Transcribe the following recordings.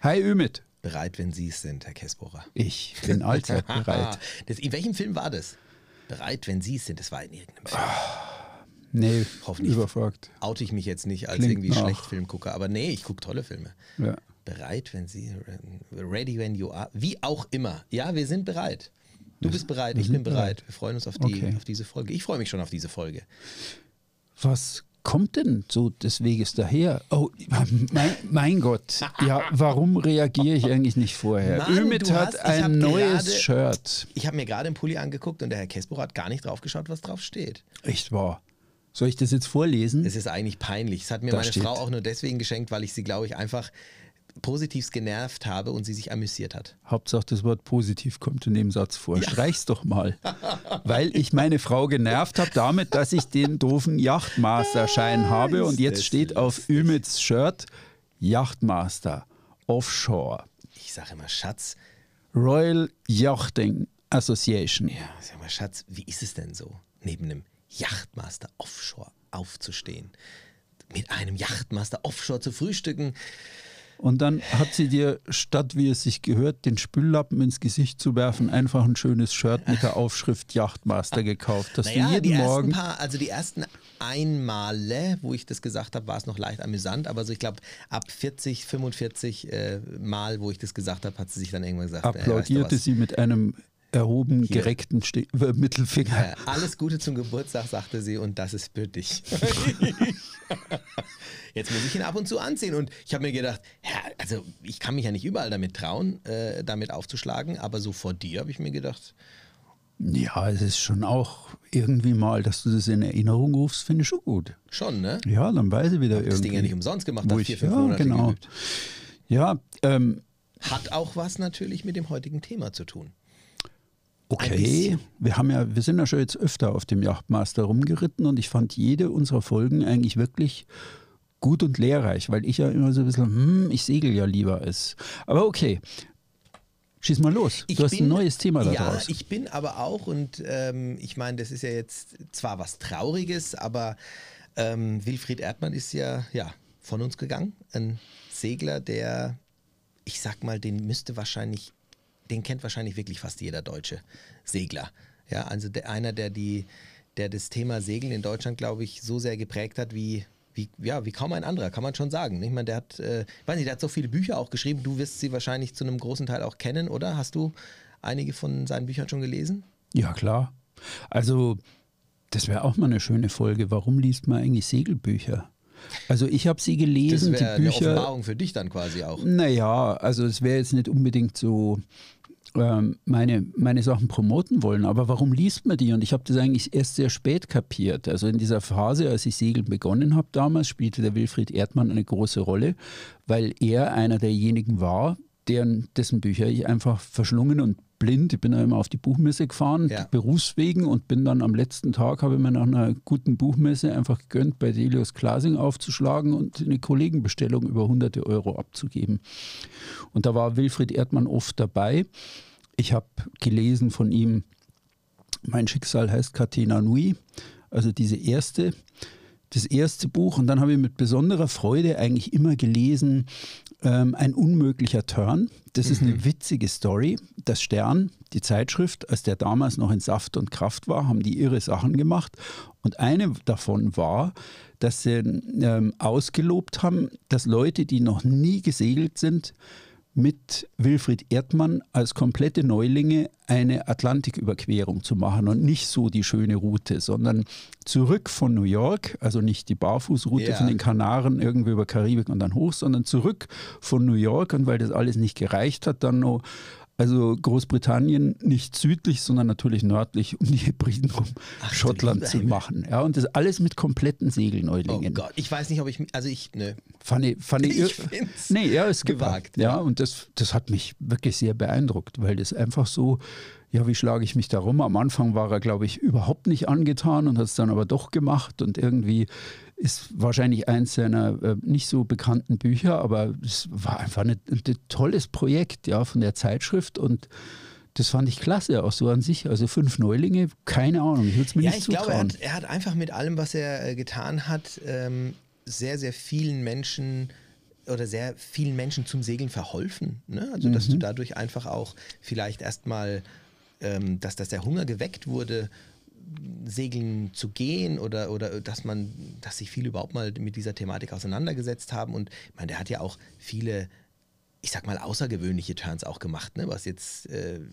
Hi Ümit. Bereit, wenn Sie es sind, Herr Kässbohrer. Ich bin allzeit bereit. In welchem Film war das? Bereit, wenn Sie es sind. Das war in irgendeinem Film. Nee, Hoffentlich überfragt. oute ich mich jetzt nicht als Klingt irgendwie nach. Schlechtfilmgucker. Aber nee, ich gucke tolle Filme. Ja. Bereit, wenn Sie... Ready when you are. Wie auch immer. Ja, wir sind bereit. Du bist bereit, ich bin bereit. Wir freuen uns auf diese Folge. Ich freue mich schon auf diese Folge. Was kommt denn so des Weges daher? Oh, mein Gott. Ja, warum reagiere ich eigentlich nicht vorher? Mann, Ümit hat ein neues Shirt. Ich habe mir gerade einen Pulli angeguckt und der Herr Kässbohrer hat gar nicht drauf geschaut, was drauf steht. Echt wahr. Soll ich das jetzt vorlesen? Es ist eigentlich peinlich. Es hat mir meine Frau auch nur deswegen geschenkt, weil ich sie, glaube ich, einfach positiv genervt habe und sie sich amüsiert hat. Hauptsache das Wort positiv kommt in dem Satz vor. Ja. Streich's doch mal. Weil ich meine Frau genervt habe damit, dass ich den doofen Yachtmaster-Schein habe und jetzt steht auf Ümits Shirt Yachtmaster Offshore. Ich sage immer, Schatz. Royal Yachting Association. Ja, sag mal, Schatz, wie ist es denn so, neben einem Yachtmaster Offshore aufzustehen? Mit einem Yachtmaster Offshore zu frühstücken? Und dann hat sie dir, statt wie es sich gehört, den Spüllappen ins Gesicht zu werfen, einfach ein schönes Shirt mit der Aufschrift Yachtmaster gekauft. Dass du jeden Morgen... Die ersten Einmale, wo ich das gesagt habe, war es noch leicht amüsant. Aber so, ich glaube, ab 40, 45 Mal, wo ich das gesagt habe, hat sie sich dann irgendwann gesagt... Applaudierte sie mit einem erhoben, gereckten Mittelfinger. Alles Gute zum Geburtstag, sagte sie, und das ist für dich. Jetzt muss ich ihn ab und zu anziehen. Und ich habe mir gedacht, ja, also ich kann mich ja nicht überall damit trauen, damit aufzuschlagen, aber so vor dir habe ich mir gedacht... Ja, es ist schon auch irgendwie mal, dass du das in Erinnerung rufst, finde ich schon gut. Schon, ne? Ja, dann weiß ich wieder irgendwie. Das Ding ja nicht umsonst gemacht, hast 4-5 Monate geübt. Ja, hat auch was natürlich mit dem heutigen Thema zu tun. Okay, wir sind ja schon jetzt öfter auf dem Yachtmaster rumgeritten und ich fand jede unserer Folgen eigentlich wirklich gut und lehrreich, weil ich ja immer so ein bisschen, ich segel ja lieber als. Aber okay, schieß mal los. Du hast ein neues Thema da draus. Ja, ich bin aber auch, und ich meine, das ist ja jetzt zwar was Trauriges, aber Wilfried Erdmann ist ja von uns gegangen. Ein Segler, der, ich sag mal, den kennt wahrscheinlich wirklich fast jeder deutsche Segler. Ja, also einer, der das Thema Segeln in Deutschland, glaube ich, so sehr geprägt hat wie kaum ein anderer, kann man schon sagen. Ich meine, der hat so viele Bücher auch geschrieben. Du wirst sie wahrscheinlich zu einem großen Teil auch kennen, oder? Hast du einige von seinen Büchern schon gelesen? Ja, klar. Also, das wäre auch mal eine schöne Folge. Warum liest man eigentlich Segelbücher? Also ich habe sie gelesen, das wäre die Bücher. Eine Offenbarung für dich dann quasi auch. Naja, also es wäre jetzt nicht unbedingt so meine Sachen promoten wollen, aber warum liest man die? Und ich habe das eigentlich erst sehr spät kapiert. Also in dieser Phase, als ich Segeln begonnen habe damals, spielte der Wilfried Erdmann eine große Rolle, weil er einer derjenigen war, dessen Bücher ich einfach verschlungen und blind, ich bin ja immer auf die Buchmesse gefahren, berufswegen, und bin dann am letzten Tag, habe ich mir nach einer guten Buchmesse einfach gegönnt, bei Delius Glasing aufzuschlagen und eine Kollegenbestellung über hunderte Euro abzugeben. Und da war Wilfried Erdmann oft dabei. Ich habe gelesen von ihm, Mein Schicksal heißt Catena Nui, also das erste Buch, und dann habe ich mit besonderer Freude eigentlich immer gelesen, Ein unmöglicher Turn. Das ist eine witzige Story. Das Stern, die Zeitschrift, als der damals noch in Saft und Kraft war, haben die irre Sachen gemacht. Und eine davon war, dass sie ausgelobt haben, dass Leute, die noch nie gesegelt sind, mit Wilfried Erdmann als komplette Neulinge eine Atlantiküberquerung zu machen, und nicht so die schöne Route, sondern zurück von New York, also nicht die Barfußroute von den Kanaren irgendwie über Karibik und dann hoch, sondern zurück von New York, und weil das alles nicht gereicht hat, dann noch, also Großbritannien nicht südlich, sondern natürlich nördlich um die Hebriden rum, Schottland zu machen. Ja, und das alles mit kompletten Segelneulingen. Oh Gott, ich weiß nicht, ob nö. Fand ich er ist gewagt. Ja, und das hat mich wirklich sehr beeindruckt, weil das einfach so, wie schlage ich mich da rum? Am Anfang war er, glaube ich, überhaupt nicht angetan und hat es dann aber doch gemacht, und irgendwie ist wahrscheinlich eins seiner nicht so bekannten Bücher, aber es war einfach ein tolles Projekt, von der Zeitschrift, und das fand ich klasse, auch so an sich. Also 5 Neulinge, keine Ahnung, ich würde es mir nicht zutrauen. Ich glaube, er hat einfach mit allem, was er getan hat, sehr, sehr vielen Menschen oder sehr vielen Menschen zum Segeln verholfen. Ne? Also dass du dadurch einfach auch vielleicht erstmal, dass der Hunger geweckt wurde, segeln zu gehen oder dass sich viele überhaupt mal mit dieser Thematik auseinandergesetzt haben. Und ich meine, der hat ja auch viele, ich sag mal, außergewöhnliche Turns auch gemacht, ne? Was jetzt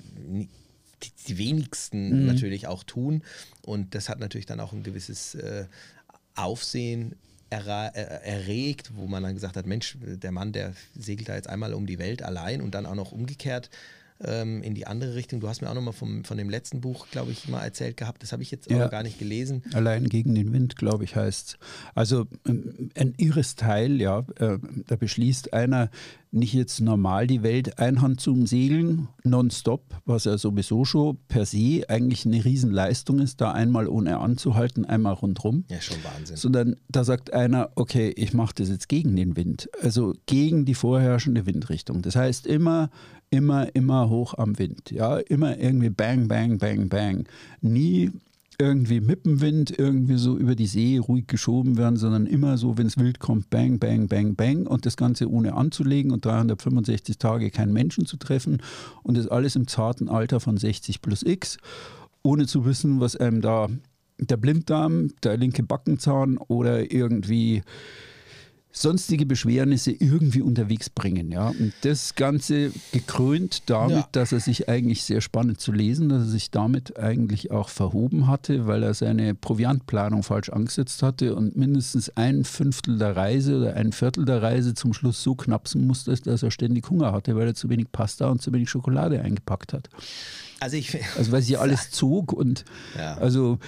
die wenigsten natürlich auch tun. Und das hat natürlich dann auch ein gewisses Aufsehen erregt, wo man dann gesagt hat, Mensch, der Mann, der segelt da jetzt einmal um die Welt allein und dann auch noch umgekehrt in die andere Richtung. Du hast mir auch nochmal von dem letzten Buch, glaube ich, mal erzählt gehabt. Das habe ich jetzt aber gar nicht gelesen. Allein gegen den Wind, glaube ich, heißt es. Also ein irres Teil, ja. Da beschließt einer, nicht jetzt normal die Welt einhand zum Segeln, nonstop, was ja sowieso schon per se eigentlich eine Riesenleistung ist, da einmal ohne anzuhalten, einmal rundherum. Ja, schon Wahnsinn. Sondern da sagt einer, okay, ich mache das jetzt gegen den Wind, also gegen die vorherrschende Windrichtung. Das heißt immer hoch am Wind, ja, immer irgendwie bang, bang, bang, bang. Nie irgendwie mit dem Wind irgendwie so über die See ruhig geschoben werden, sondern immer so, wenn es wild kommt, bang, bang, bang, bang und das Ganze ohne anzulegen und 365 Tage keinen Menschen zu treffen und das alles im zarten Alter von 60 plus X, ohne zu wissen, was einem da der Blinddarm, der linke Backenzahn oder irgendwie sonstige Beschwernisse irgendwie unterwegs bringen. Ja? Und das Ganze gekrönt damit, dass er sich eigentlich sehr spannend zu lesen, dass er sich damit eigentlich auch verhoben hatte, weil er seine Proviantplanung falsch angesetzt hatte und mindestens 1/5 der Reise oder 1/4 der Reise zum Schluss so knapsen musste, dass er ständig Hunger hatte, weil er zu wenig Pasta und zu wenig Schokolade eingepackt hat. Also weil sie alles zog und also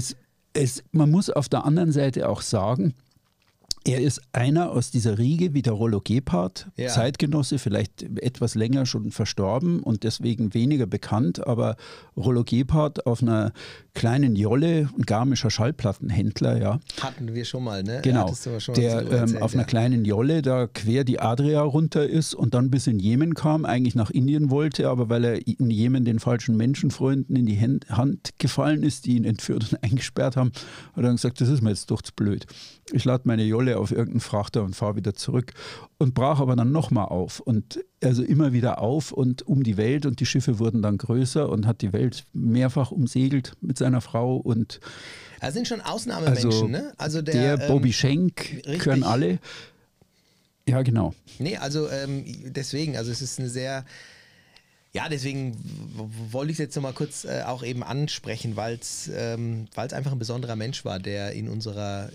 man muss auf der anderen Seite auch sagen, er ist einer aus dieser Riege wie der Rollo Gebhardt, Zeitgenosse, vielleicht etwas länger schon verstorben und deswegen weniger bekannt, aber Rollo Gebhardt auf einer kleinen Jolle, ein garmischer Schallplattenhändler, ja. Hatten wir schon mal, ne? Genau, der auf einer kleinen Jolle da quer die Adria runter ist und dann bis in Jemen kam, eigentlich nach Indien wollte, aber weil er in Jemen den falschen Menschenfreunden in die Hand gefallen ist, die ihn entführt und eingesperrt haben, hat er gesagt, das ist mir jetzt doch zu blöd. Ich lade meine Jolle auf irgendeinen Frachter und fahre wieder zurück und brach aber dann nochmal auf und also immer wieder auf und um die Welt und die Schiffe wurden dann größer und hat die Welt mehrfach umsegelt mit seiner Frau und das sind schon Ausnahmemenschen, ne? Also der Bobby Schenk können alle. Ja, genau. Nee, also deswegen, also es ist eine sehr, ja, deswegen wollte ich es jetzt nochmal kurz auch eben ansprechen, weil es einfach ein besonderer Mensch war, der in unserer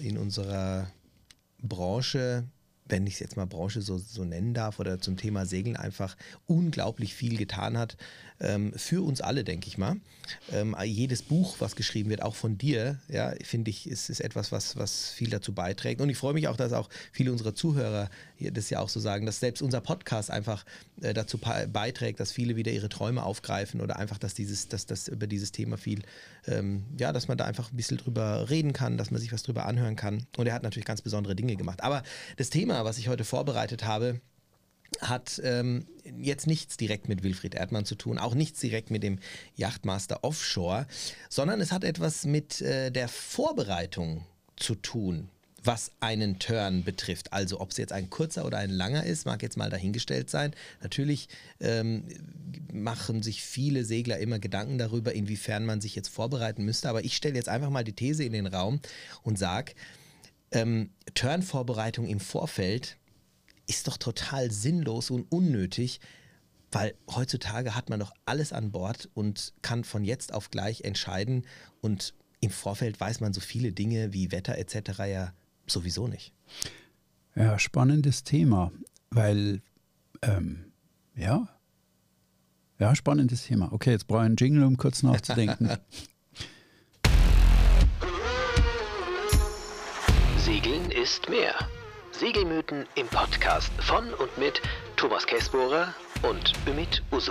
Branche, wenn ich es jetzt mal Branche so nennen darf, oder zum Thema Segeln einfach unglaublich viel getan hat. Für uns alle, denke ich mal. Jedes Buch, was geschrieben wird, auch von dir, ja, finde ich, ist etwas, was viel dazu beiträgt. Und ich freue mich auch, dass auch viele unserer Zuhörer das ja auch so sagen, dass selbst unser Podcast einfach dazu beiträgt, dass viele wieder ihre Träume aufgreifen oder einfach, dass das über dieses Thema viel, dass man da einfach ein bisschen drüber reden kann, dass man sich was drüber anhören kann. Und er hat natürlich ganz besondere Dinge gemacht. Aber das Thema, was ich heute vorbereitet habe, hat jetzt nichts direkt mit Wilfried Erdmann zu tun, auch nichts direkt mit dem Yachtmaster Offshore, sondern es hat etwas mit der Vorbereitung zu tun, was einen Turn betrifft. Also ob es jetzt ein kurzer oder ein langer ist, mag jetzt mal dahingestellt sein. Natürlich machen sich viele Segler immer Gedanken darüber, inwiefern man sich jetzt vorbereiten müsste, aber ich stelle jetzt einfach mal die These in den Raum und sage, Turn-Vorbereitung im Vorfeld ist doch total sinnlos und unnötig, weil heutzutage hat man doch alles an Bord und kann von jetzt auf gleich entscheiden und im Vorfeld weiß man so viele Dinge wie Wetter etc. ja sowieso nicht. Ja, spannendes Thema, weil, spannendes Thema. Okay, jetzt brauche ich einen Jingle, um kurz nachzudenken. Segeln ist mehr. Segelmythen im Podcast von und mit Thomas Kässbohrer und Ümit Uzun.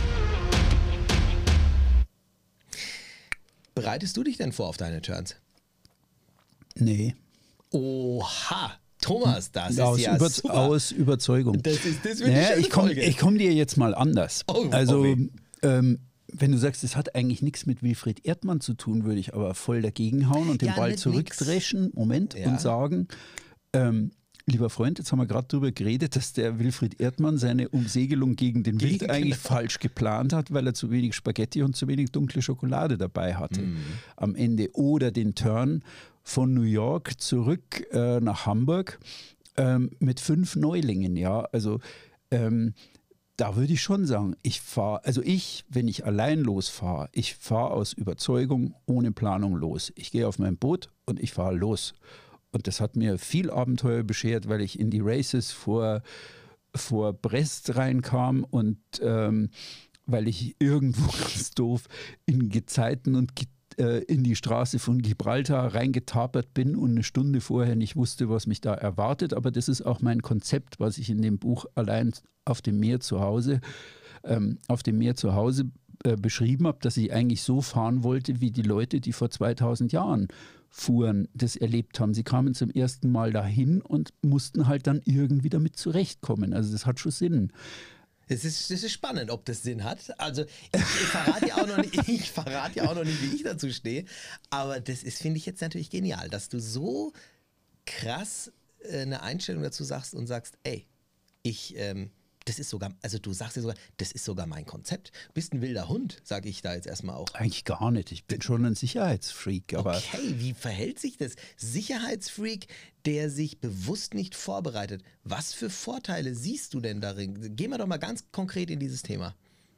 Bereitest du dich denn vor auf deine Turns? Nee. Oha, Thomas, das aus ist ja super. Aus Überzeugung. Das wird ich komme dir jetzt mal anders. Wenn du sagst, es hat eigentlich nichts mit Wilfried Erdmann zu tun, würde ich aber voll dagegen hauen und den Ball zurückdreschen und sagen, lieber Freund, jetzt haben wir gerade darüber geredet, dass der Wilfried Erdmann seine Umsegelung gegen den Wind eigentlich falsch geplant hat, weil er zu wenig Spaghetti und zu wenig dunkle Schokolade dabei hatte am Ende. Oder den Turn von New York zurück nach Hamburg mit 5 Neulingen. Ja, also da würde ich schon sagen, wenn ich allein losfahre, ich fahre aus Überzeugung ohne Planung los. Ich gehe auf mein Boot und ich fahre los. Und das hat mir viel Abenteuer beschert, weil ich in die Races vor Brest reinkam und weil ich irgendwo ganz doof in Gezeiten und in die Straße von Gibraltar reingetapert bin und eine Stunde vorher nicht wusste, was mich da erwartet. Aber das ist auch mein Konzept, was ich in dem Buch allein auf dem Meer zu Hause beschrieben habe, dass ich eigentlich so fahren wollte, wie die Leute, die vor 2000 Jahren fuhren, das erlebt haben. Sie kamen zum ersten Mal dahin und mussten halt dann irgendwie damit zurechtkommen. Also das hat schon Sinn. Das ist spannend, ob das Sinn hat. Also ich verrate ja auch noch nicht, wie ich dazu stehe. Aber das ist, finde ich jetzt natürlich genial, dass du so krass eine Einstellung dazu sagst und sagst, ey, das ist sogar, also du sagst ja sogar, das ist sogar mein Konzept. Du bist ein wilder Hund, sage ich da jetzt erstmal auch. Eigentlich gar nicht. Ich bin schon ein Sicherheitsfreak. Aber okay, wie verhält sich das? Sicherheitsfreak, der sich bewusst nicht vorbereitet. Was für Vorteile siehst du denn darin? Gehen wir doch mal ganz konkret in dieses Thema.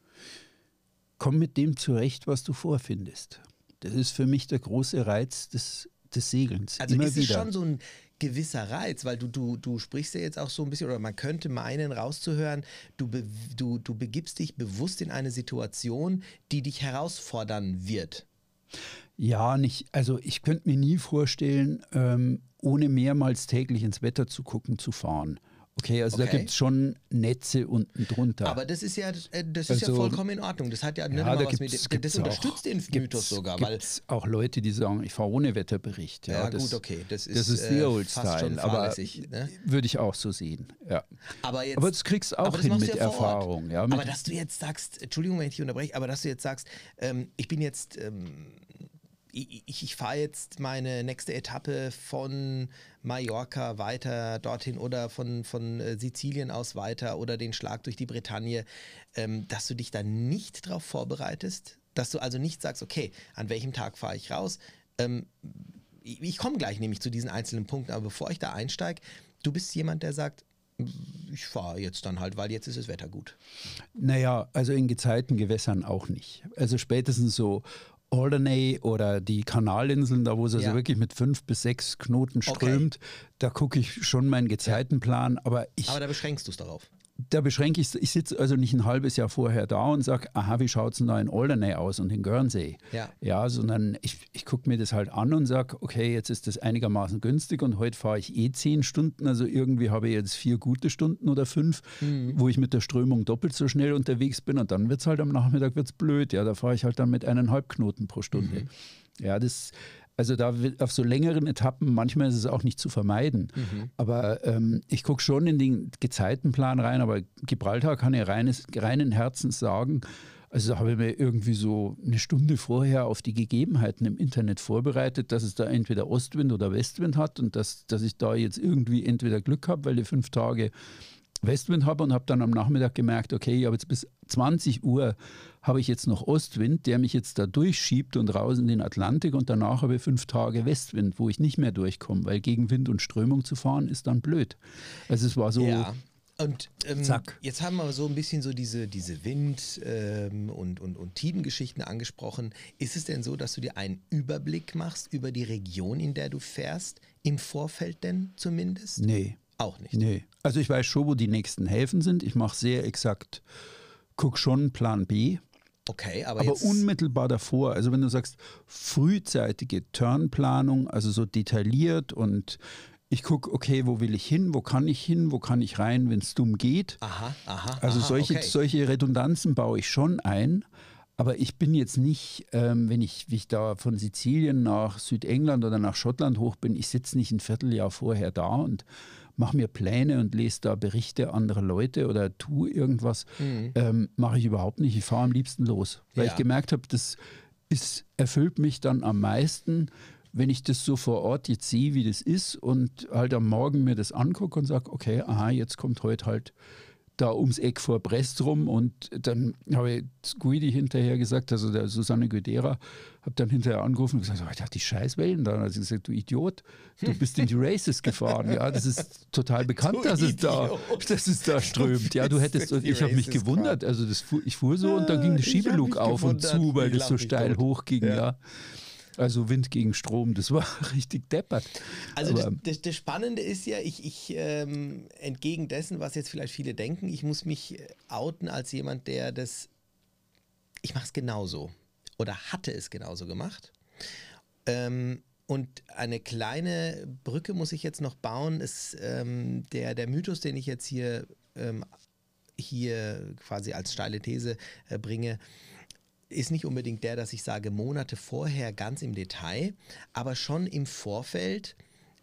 Komm mit dem zurecht, was du vorfindest. Das ist für mich der große Reiz des Segelns. Also ist es schon so ein gewisser Reiz, weil du sprichst ja jetzt auch so ein bisschen, oder man könnte meinen rauszuhören, du begibst dich bewusst in eine Situation, die dich herausfordern wird. Ja, also ich könnte mir nie vorstellen, ohne mehrmals täglich ins Wetter zu gucken, zu fahren. Okay, also da gibt es schon Netze unten drunter. Aber das ist ja vollkommen in Ordnung. Das hat ja nicht immer was mit das unterstützt den Mythos sogar. Weil es auch Leute, die sagen, ich fahre ohne Wetterbericht. Ja, gut, okay. Das ist the old fast style. Schon fahrlässig, ne? Würde ich auch so sehen. Ja. Aber das kriegst du auch hin mit Erfahrung. Ja, aber dass du jetzt sagst, Entschuldigung, wenn ich dich unterbreche, aber dass du jetzt sagst, ich bin jetzt... Ich fahre jetzt meine nächste Etappe von Mallorca weiter dorthin oder von Sizilien aus weiter oder den Schlag durch die Bretagne, dass du dich da nicht drauf vorbereitest, dass du also nicht sagst, okay, an welchem Tag fahre ich raus? Ich komme gleich nämlich zu diesen einzelnen Punkten, aber bevor ich da einsteige, du bist jemand, der sagt, ich fahre jetzt dann halt, weil jetzt ist das Wetter gut. Naja, also in Gezeitengewässern auch nicht. Also spätestens so Alderney oder die Kanalinseln, da wo es also wirklich mit 5 bis 6 Knoten strömt, da gucke ich schon meinen Gezeitenplan. Aber da beschränkst du es darauf? Da beschränke ich es. Ich sitze also nicht ein halbes Jahr vorher da und sage, aha, wie schaut es denn da in Alderney aus und in Guernsey? Ja, sondern ich gucke mir das halt an und sage, okay, jetzt ist das einigermaßen günstig und heute fahre ich 10 Stunden, also irgendwie habe ich jetzt 4 gute Stunden oder 5, wo ich mit der Strömung doppelt so schnell unterwegs bin und dann wird es halt am Nachmittag wird's blöd. Ja, da fahre ich halt dann mit 1,5 Knoten pro Stunde. Ja, also da auf so längeren Etappen, manchmal ist es auch nicht zu vermeiden. Aber ich gucke schon in den Gezeitenplan rein, aber Gibraltar kann ich reinen Herzens sagen, also da habe ich mir irgendwie so eine Stunde vorher auf die Gegebenheiten im Internet vorbereitet, dass es da entweder Ostwind oder Westwind hat und dass ich da jetzt irgendwie entweder Glück habe, weil ich 5 Tage Westwind habe und habe dann am Nachmittag gemerkt, okay, ich habe jetzt bis 20 Uhr habe ich jetzt noch Ostwind, der mich jetzt da durchschiebt und raus in den Atlantik und danach habe ich 5 Tage Westwind, wo ich nicht mehr durchkomme, weil gegen Wind und Strömung zu fahren ist dann blöd. Also es war so... Ja. Und jetzt haben wir so ein bisschen so diese Wind- und Tidengeschichten angesprochen. Ist es denn so, dass du dir einen Überblick machst über die Region, in der du fährst, im Vorfeld denn zumindest? Nee. Auch nicht? Nee. Also ich weiß schon, wo die nächsten Häfen sind. Ich mache sehr exakt, guck schon Plan B. Okay, aber jetzt unmittelbar davor, also wenn du sagst, frühzeitige Turnplanung, also so detailliert und ich gucke, okay, wo will ich hin, wo kann ich rein, wenn es dumm geht. Also solche Redundanzen baue ich schon ein. Aber ich bin jetzt nicht, wie ich da von Sizilien nach Südengland oder nach Schottland hoch bin, ich sitze nicht ein Vierteljahr vorher da und mache mir Pläne und lese da Berichte anderer Leute oder tue irgendwas. Mache ich überhaupt nicht. Ich fahre am liebsten los. Weil ich gemerkt habe, erfüllt mich dann am meisten, wenn ich das so vor Ort jetzt sehe, wie das ist und halt am Morgen mir das angucke und sage, okay, aha, jetzt kommt heute halt da ums Eck vor Brest rum und dann habe ich Guidi hinterher gesagt, also der Susanne Guidera, habe dann hinterher angerufen und gesagt, oh, ich dachte, die Scheißwellen da. Also gesagt, du Idiot, du bist in die Races gefahren. Ja, das ist total bekannt, dass es da strömt. Ja, du hättest, und ich habe mich gewundert, also ich fuhr so und dann ging der Schiebelug auf und zu, weil das so steil hochging, ja. Also Wind gegen Strom, das war richtig deppert. Also das Spannende ist ja, ich entgegen dessen, was jetzt vielleicht viele denken, ich muss mich outen als jemand, ich mache es genauso oder hatte es genauso gemacht. Und eine kleine Brücke muss ich jetzt noch bauen, ist der Mythos, den ich jetzt hier quasi als steile These bringe, ist nicht unbedingt der, dass ich sage, Monate vorher ganz im Detail, aber schon im Vorfeld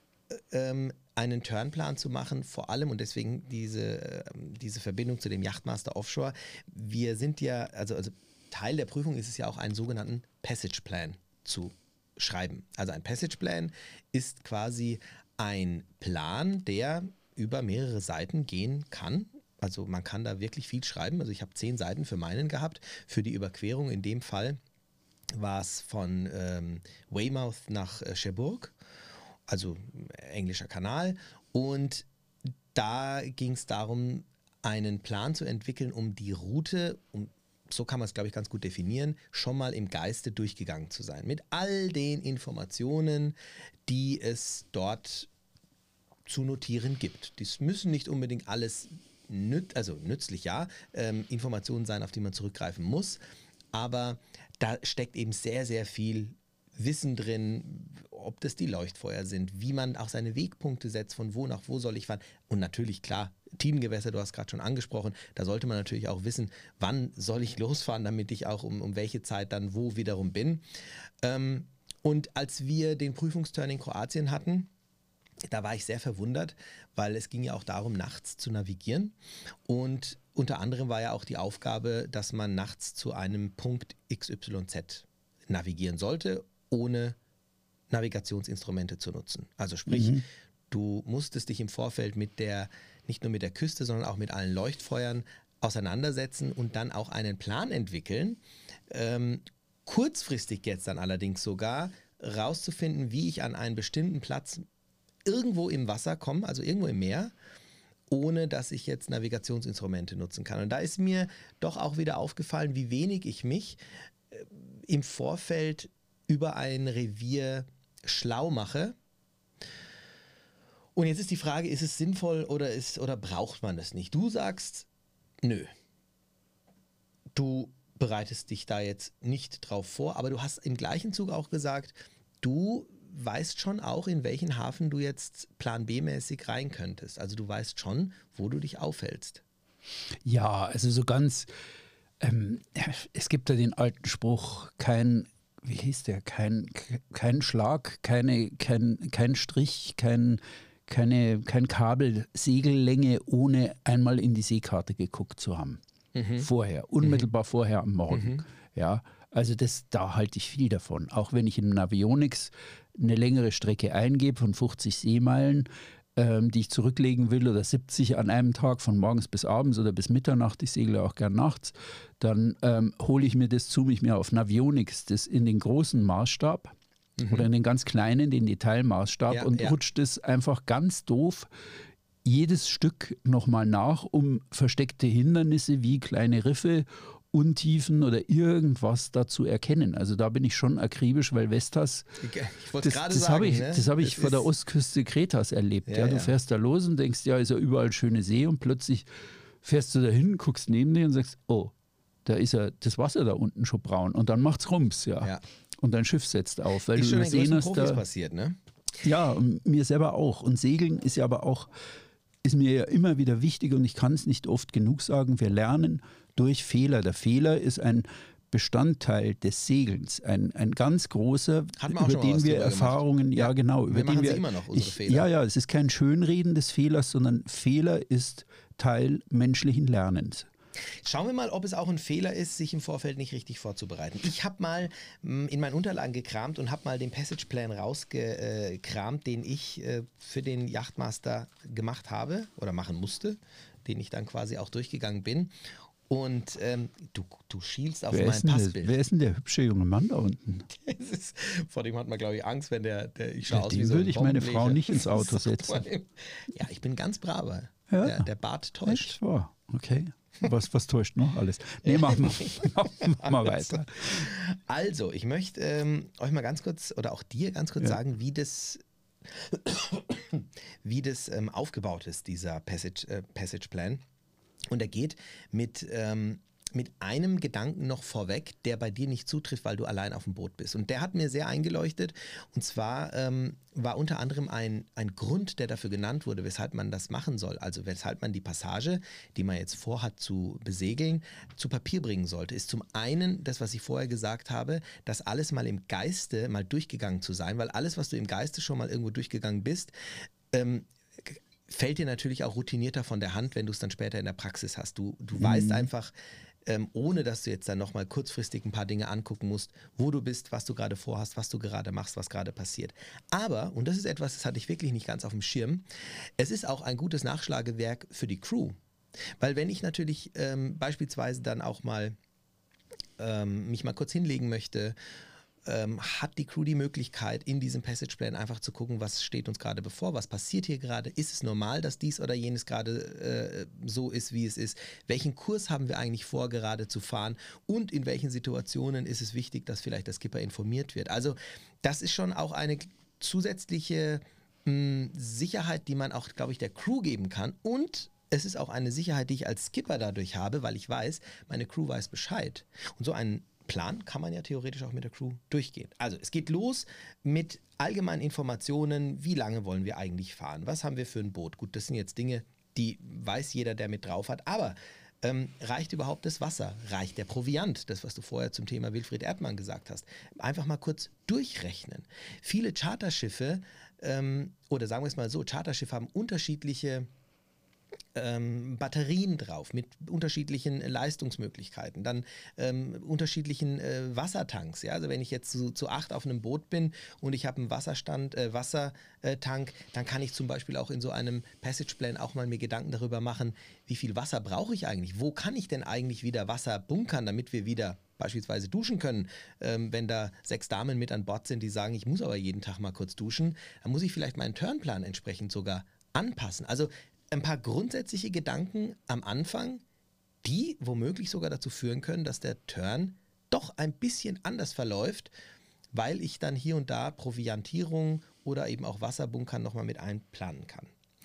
einen Turnplan zu machen, vor allem, und deswegen diese Verbindung zu dem Yachtmaster Offshore. Wir sind ja, also Teil der Prüfung ist es ja auch, einen sogenannten Passage Plan zu schreiben. Also ein Passage Plan ist quasi ein Plan, der über mehrere Seiten gehen kann. Also man kann da wirklich viel schreiben. Also ich habe 10 Seiten für meinen gehabt. Für die Überquerung in dem Fall war es von Weymouth nach Cherbourg, also englischer Kanal. Und da ging es darum, einen Plan zu entwickeln, um die Route, so kann man es, glaube ich, ganz gut definieren, schon mal im Geiste durchgegangen zu sein. Mit all den Informationen, die es dort zu notieren gibt. Das müssen nicht unbedingt alles nützlich, ja, Informationen sein, auf die man zurückgreifen muss, aber da steckt eben sehr, sehr viel Wissen drin, ob das die Leuchtfeuer sind, wie man auch seine Wegpunkte setzt, von wo nach wo soll ich fahren und natürlich, klar, Tinengewässer, du hast gerade schon angesprochen, da sollte man natürlich auch wissen, wann soll ich losfahren, damit ich auch um welche Zeit dann wo wiederum bin. Und als wir den Prüfungsturn in Kroatien hatten, da war ich sehr verwundert, weil es ging ja auch darum, nachts zu navigieren. Und unter anderem war ja auch die Aufgabe, dass man nachts zu einem Punkt XYZ navigieren sollte, ohne Navigationsinstrumente zu nutzen. Also sprich, du musstest dich im Vorfeld nicht nur mit der Küste, sondern auch mit allen Leuchtfeuern auseinandersetzen und dann auch einen Plan entwickeln. Kurzfristig jetzt dann allerdings sogar rauszufinden, wie ich an einen bestimmten Platz irgendwo im Wasser komme, also irgendwo im Meer, ohne dass ich jetzt Navigationsinstrumente nutzen kann. Und da ist mir doch auch wieder aufgefallen, wie wenig ich mich im Vorfeld über ein Revier schlau mache. Und jetzt ist die Frage, ist es sinnvoll oder braucht man das nicht? Du sagst, nö. Du bereitest dich da jetzt nicht drauf vor, aber du hast im gleichen Zug auch gesagt, du weißt schon auch, in welchen Hafen du jetzt Plan B-mäßig rein könntest. Also du weißt schon, wo du dich aufhältst. Ja, also so ganz, es gibt ja den alten Spruch, kein Schlag, kein Strich, kein Kabel, Segellänge, ohne einmal in die Seekarte geguckt zu haben. Vorher, unmittelbar vorher am Morgen. Ja, also da halte ich viel davon. Auch wenn ich in Navionics eine längere Strecke eingebe von 50 Seemeilen, die ich zurücklegen will, oder 70 an einem Tag von morgens bis abends oder bis Mitternacht, ich segle auch gern nachts, dann hole ich mir das, zoome ich mir auf Navionics das in den großen Maßstab oder in den ganz kleinen, den Detailmaßstab und rutscht das einfach ganz doof jedes Stück nochmal nach, um versteckte Hindernisse wie kleine Riffe, Untiefen oder irgendwas dazu erkennen. Also da bin ich schon akribisch, weil Vestas, das habe ich vor der Ostküste Kretas erlebt. Ja, du fährst da los und denkst, ja, ist ja überall schöne See und plötzlich fährst du da hin, guckst neben dir und sagst, oh, da ist ja das Wasser da unten schon braun und dann macht's Rums, ja. Und dein Schiff setzt auf. Weil ist du schon den größten hast, Profis passiert, ne? Ja, und mir selber auch. Und Segeln ist ja aber auch, ist mir ja immer wieder wichtig und ich kann es nicht oft genug sagen, wir lernen durch Fehler. Der Fehler ist ein Bestandteil des Segelns, ein ganz großer, über den wir Erfahrungen, über den machen wir sie immer noch unsere Fehler. Ja, es ist kein Schönreden des Fehlers, sondern Fehler ist Teil menschlichen Lernens. Schauen wir mal, ob es auch ein Fehler ist, sich im Vorfeld nicht richtig vorzubereiten. Ich habe mal in meinen Unterlagen gekramt und habe mal den Passageplan rausgekramt, den ich für den Yachtmaster gemacht habe oder machen musste, den ich dann quasi auch durchgegangen bin. Und du schielst auf mein Passbild. Wer ist denn der hübsche junge Mann da unten? Vor dem hat man, glaube ich, Angst, wenn ich schaue aus wie Den so ein würde ich meine Frau Bombenleger. nicht ins Auto setzen. Ja, ich bin ganz braver. Ja. Der Bart täuscht. Echt wahr? Okay. Was täuscht noch alles? Nee, machen wir mal weiter. Also, ich möchte euch mal ganz kurz oder auch dir ganz kurz sagen, wie das aufgebaut ist, dieser Passageplan. Und er geht mit einem Gedanken noch vorweg, der bei dir nicht zutrifft, weil du allein auf dem Boot bist. Und der hat mir sehr eingeleuchtet. Und zwar war unter anderem ein Grund, der dafür genannt wurde, weshalb man das machen soll. Also weshalb man die Passage, die man jetzt vorhat zu besegeln, zu Papier bringen sollte. Ist zum einen das, was ich vorher gesagt habe, das alles mal im Geiste mal durchgegangen zu sein. Weil alles, was du im Geiste schon mal irgendwo durchgegangen bist, fällt dir natürlich auch routinierter von der Hand, wenn du es dann später in der Praxis hast. Du weißt einfach, ohne dass du jetzt dann nochmal kurzfristig ein paar Dinge angucken musst, wo du bist, was du gerade vorhast, was du gerade machst, was gerade passiert. Aber, und das ist etwas, das hatte ich wirklich nicht ganz auf dem Schirm, es ist auch ein gutes Nachschlagewerk für die Crew. Weil wenn ich natürlich beispielsweise dann auch mal mich mal kurz hinlegen möchte, hat die Crew die Möglichkeit, in diesem Passageplan einfach zu gucken, was steht uns gerade bevor, was passiert hier gerade, ist es normal, dass dies oder jenes gerade so ist, wie es ist, welchen Kurs haben wir eigentlich vor, gerade zu fahren und in welchen Situationen ist es wichtig, dass vielleicht der Skipper informiert wird. Also das ist schon auch eine zusätzliche Sicherheit, die man auch, glaube ich, der Crew geben kann, und es ist auch eine Sicherheit, die ich als Skipper dadurch habe, weil ich weiß, meine Crew weiß Bescheid. Und so einen Plan kann man ja theoretisch auch mit der Crew durchgehen. Also es geht los mit allgemeinen Informationen, wie lange wollen wir eigentlich fahren, was haben wir für ein Boot. Gut, das sind jetzt Dinge, die weiß jeder, der mit drauf hat, aber reicht überhaupt das Wasser? Reicht der Proviant? Das, was du vorher zum Thema Wilfried Erdmann gesagt hast. Einfach mal kurz durchrechnen. Viele Charterschiffe, oder sagen wir es mal so, Charterschiffe haben unterschiedliche Batterien drauf mit unterschiedlichen Leistungsmöglichkeiten, dann unterschiedlichen Wassertanks. Ja? Also wenn ich jetzt zu 8 auf einem Boot bin und ich habe einen Wassertank, dann kann ich zum Beispiel auch in so einem Passageplan auch mal mir Gedanken darüber machen, wie viel Wasser brauche ich eigentlich? Wo kann ich denn eigentlich wieder Wasser bunkern, damit wir wieder beispielsweise duschen können, wenn da 6 Damen mit an Bord sind, die sagen, ich muss aber jeden Tag mal kurz duschen, dann muss ich vielleicht meinen Turnplan entsprechend sogar anpassen. Also ein paar grundsätzliche Gedanken am Anfang, die womöglich sogar dazu führen können, dass der Turn doch ein bisschen anders verläuft, weil ich dann hier und da Proviantierung oder eben auch Wasserbunkern nochmal mit einplanen kann.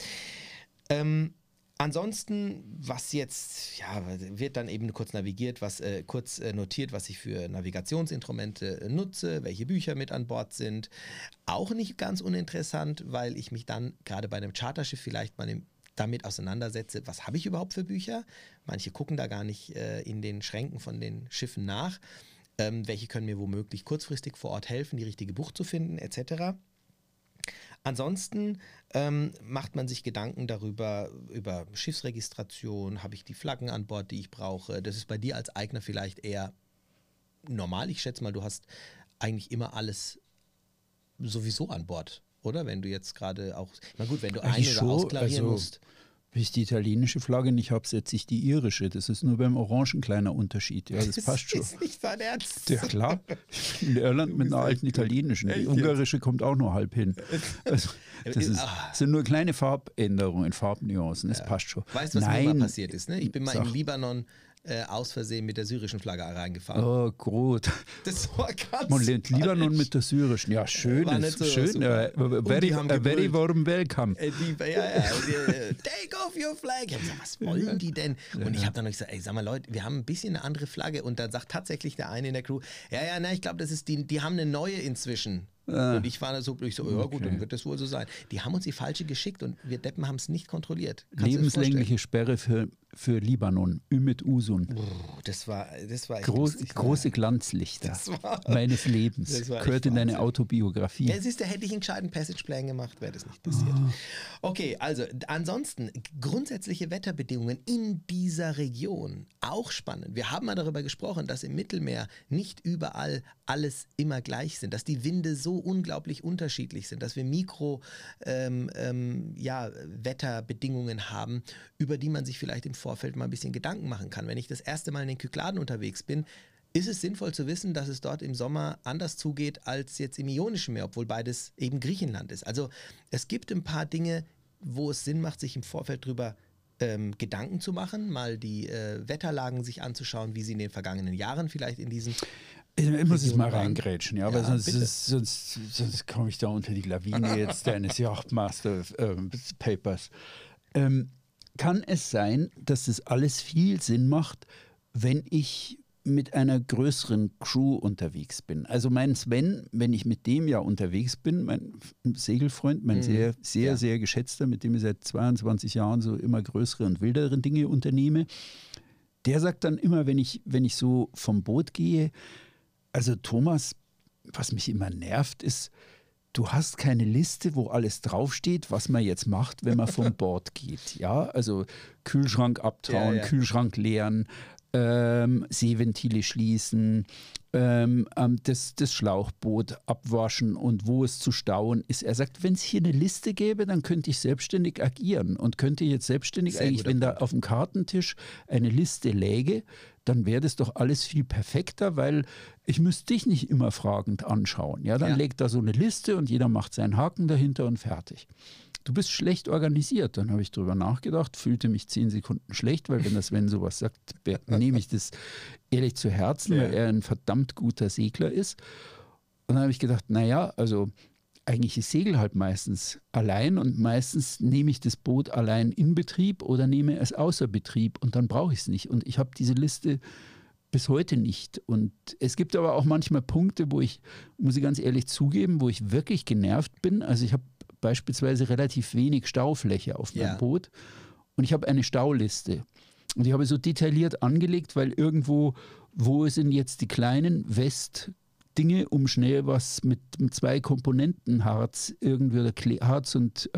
Ansonsten, was jetzt, ja, wird dann eben kurz navigiert, kurz notiert, was ich für Navigationsinstrumente nutze, welche Bücher mit an Bord sind. Auch nicht ganz uninteressant, weil ich mich dann gerade bei einem Charterschiff vielleicht mal damit auseinandersetze, was habe ich überhaupt für Bücher? Manche gucken da gar nicht in den Schränken von den Schiffen nach. Welche können mir womöglich kurzfristig vor Ort helfen, die richtige Bucht zu finden, etc. Ansonsten macht man sich Gedanken darüber, über Schiffsregistration, habe ich die Flaggen an Bord, die ich brauche. Das ist bei dir als Eigner vielleicht eher normal. Ich schätze mal, du hast eigentlich immer alles sowieso an Bord, oder? Wenn du jetzt gerade auch, na gut, wenn du ein- oder ausklarieren musst. Wenn ich die italienische Flagge nicht habe, setze ich die irische. Das ist nur beim Orange ein kleiner Unterschied. Ja, das passt schon. Das ist nicht dein Ernst. Ja klar, in Irland mit einer alten italienischen. Die ungarische kommt auch nur halb hin. Also, das sind nur kleine Farbänderungen, Farbnuancen, das passt schon. Weißt du, was mir mal passiert ist? Ne? Ich bin mal in Libanon aus Versehen mit der syrischen Flagge reingefahren. Oh, gut. Das war ganz Man lernt Libanon mit der syrischen. Ja, schön. So schön. Very warm welcome. Take off your flag. Ich hab gesagt, was wollen die denn? Und ich habe dann noch gesagt, ey, sag mal Leute, wir haben ein bisschen eine andere Flagge. Und dann sagt tatsächlich der eine in der Crew, ich glaube, das ist die haben eine neue inzwischen. Und ich war so, ja gut, Okay. dann wird das wohl so sein. Die haben uns die falsche geschickt und wir Deppen haben es nicht kontrolliert. Kannst du dir das Lebenslängliche Sperre für Libanon, Ümit Usun. vorstellen? Das war echt lustig. Große Glanzlichter Das war- meines Lebens. das war echt Gehört in deine Wahnsinn. Autobiografie. Ja, siehst du, hätte ich einen gescheiten Passageplan gemacht, wäre das nicht passiert. Okay, also ansonsten grundsätzliche Wetterbedingungen in dieser Region, auch spannend. Wir haben mal darüber gesprochen, dass im Mittelmeer nicht überall alles immer gleich sind, dass die Winde so unglaublich unterschiedlich sind, dass wir Wetterbedingungen haben, über die man sich vielleicht im Vorfeld mal ein bisschen Gedanken machen kann. Wenn ich das erste Mal in den Kykladen unterwegs bin, ist es sinnvoll zu wissen, dass es dort im Sommer anders zugeht als jetzt im Ionischen Meer, obwohl beides eben Griechenland ist. Also es gibt ein paar Dinge, wo es Sinn macht, sich im Vorfeld drüber Gedanken zu machen, mal die Wetterlagen sich anzuschauen, wie sie in den vergangenen Jahren vielleicht in diesen... Ich muss es mal Region waren. reingrätschen, ja, weil Ja, sonst, bitte. sonst komme ich da unter die Lawine jetzt deines Yachtmaster-Papers. Kann es sein, dass das alles viel Sinn macht, wenn ich mit einer größeren Crew unterwegs bin? Also mein Sven, wenn ich mit dem ja unterwegs bin, mein Segelfreund, mein sehr geschätzter, mit dem ich seit 22 Jahren so immer größere und wildere Dinge unternehme, der sagt dann immer, wenn ich so vom Boot gehe, also Thomas, was mich immer nervt, ist, du hast keine Liste, wo alles draufsteht, was man jetzt macht, wenn man vom Bord geht. Ja, also Kühlschrank abtauen, Ja. Kühlschrank leeren, Seeventile schließen, das Schlauchboot abwaschen und wo es zu stauen ist. Er sagt, wenn es hier eine Liste gäbe, dann könnte ich selbstständig agieren und könnte jetzt selbstständig Sehr eigentlich, guter wenn da Punkt. auf dem Kartentisch eine Liste läge, dann wäre das doch alles viel perfekter, weil ich müsste dich nicht immer fragend anschauen. Ja, dann Ja. legt da so eine Liste und jeder macht seinen Haken dahinter und fertig. Du bist schlecht organisiert. Dann habe ich drüber nachgedacht, fühlte mich 10 Sekunden schlecht, weil wenn das Sven sowas sagt, nehme ich das ehrlich zu Herzen, weil er ein verdammt guter Segler ist. Und dann habe ich gedacht, naja, also eigentlich ist Segel halt meistens allein und meistens nehme ich das Boot allein in Betrieb oder nehme es außer Betrieb und dann brauche ich es nicht. Und ich habe diese Liste bis heute nicht. Und es gibt aber auch manchmal Punkte, wo ich, muss ich ganz ehrlich zugeben, wo ich wirklich genervt bin. Also ich habe beispielsweise relativ wenig Staufläche auf meinem Ja. Boot und ich habe eine Stauliste. Und die habe ich so detailliert angelegt, weil irgendwo, wo sind jetzt die kleinen Westdinge, um schnell was mit 2 Komponenten Harz irgendwie oder Harz und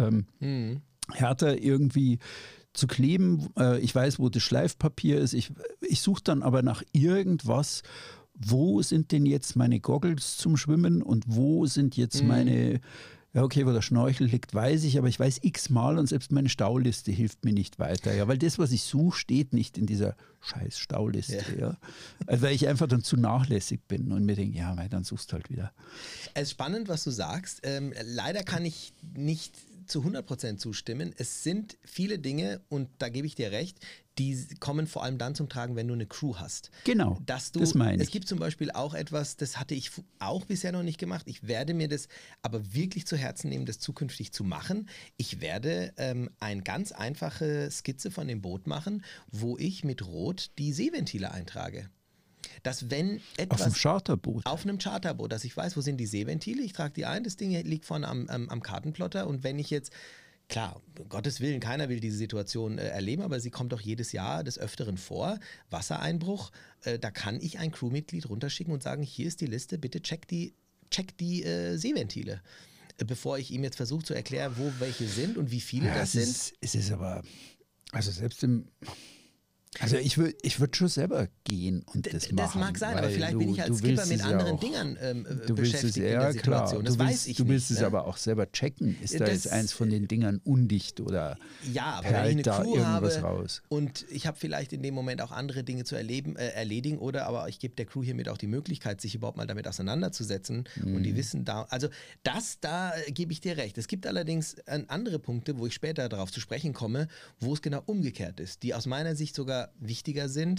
härter irgendwie zu kleben. Ich weiß, wo das Schleifpapier ist. Ich suche dann aber nach irgendwas, wo sind denn jetzt meine Goggles zum Schwimmen und wo sind jetzt meine, ja okay, wo der Schnorchel liegt, weiß ich, aber ich weiß x-mal und selbst meine Stauliste hilft mir nicht weiter. Ja, weil das, was ich suche, steht nicht in dieser scheiß Stauliste. Ja. Also weil ich einfach dann zu nachlässig bin und mir denke, ja, mei, dann suchst du halt wieder. Es ist spannend, was du sagst. Leider kann ich nicht zu 100% zustimmen. Es sind viele Dinge, und da gebe ich dir recht, die kommen vor allem dann zum Tragen, wenn du eine Crew hast. Genau, Dass du, das meine es ich. gibt zum Beispiel auch etwas, das hatte ich auch bisher noch nicht gemacht. Ich werde mir das aber wirklich zu Herzen nehmen, das zukünftig zu machen. Ich werde eine ganz einfache Skizze von dem Boot machen, wo ich mit Rot die Seeventile eintrage. Dass wenn etwas... Auf dem Charterboot. Auf einem Charterboot, dass ich weiß, wo sind die Seeventile, ich trage die ein, das Ding liegt vorne am Kartenplotter, und wenn ich jetzt, klar, um Gottes Willen, keiner will diese Situation erleben, aber sie kommt doch jedes Jahr des Öfteren vor, Wassereinbruch, da kann ich ein Crewmitglied runterschicken und sagen, hier ist die Liste, bitte check die Seeventile. Bevor ich ihm jetzt versuche zu erklären, wo welche sind und wie viele das sind. Es ist aber, also selbst im... Also ich würd schon selber gehen und das machen. Das mag sein, aber weil vielleicht bin ich als Skipper mit anderen Dingern du willst es, beschäftigt in ja, der Situation. klar. Das weiß ich Du willst nicht. es aber auch selber checken. Ist da Das- jetzt eins von den Dingern undicht oder Ja, aber perlt wenn ich da eine Crew irgendwas habe raus? und ich habe vielleicht in dem Moment auch andere Dinge zu erledigen, oder aber ich gebe der Crew hiermit auch die Möglichkeit, sich überhaupt mal damit auseinanderzusetzen, und die wissen da, also da gebe ich dir recht. Es gibt allerdings andere Punkte, wo ich später darauf zu sprechen komme, wo es genau umgekehrt ist, die aus meiner Sicht sogar wichtiger sind,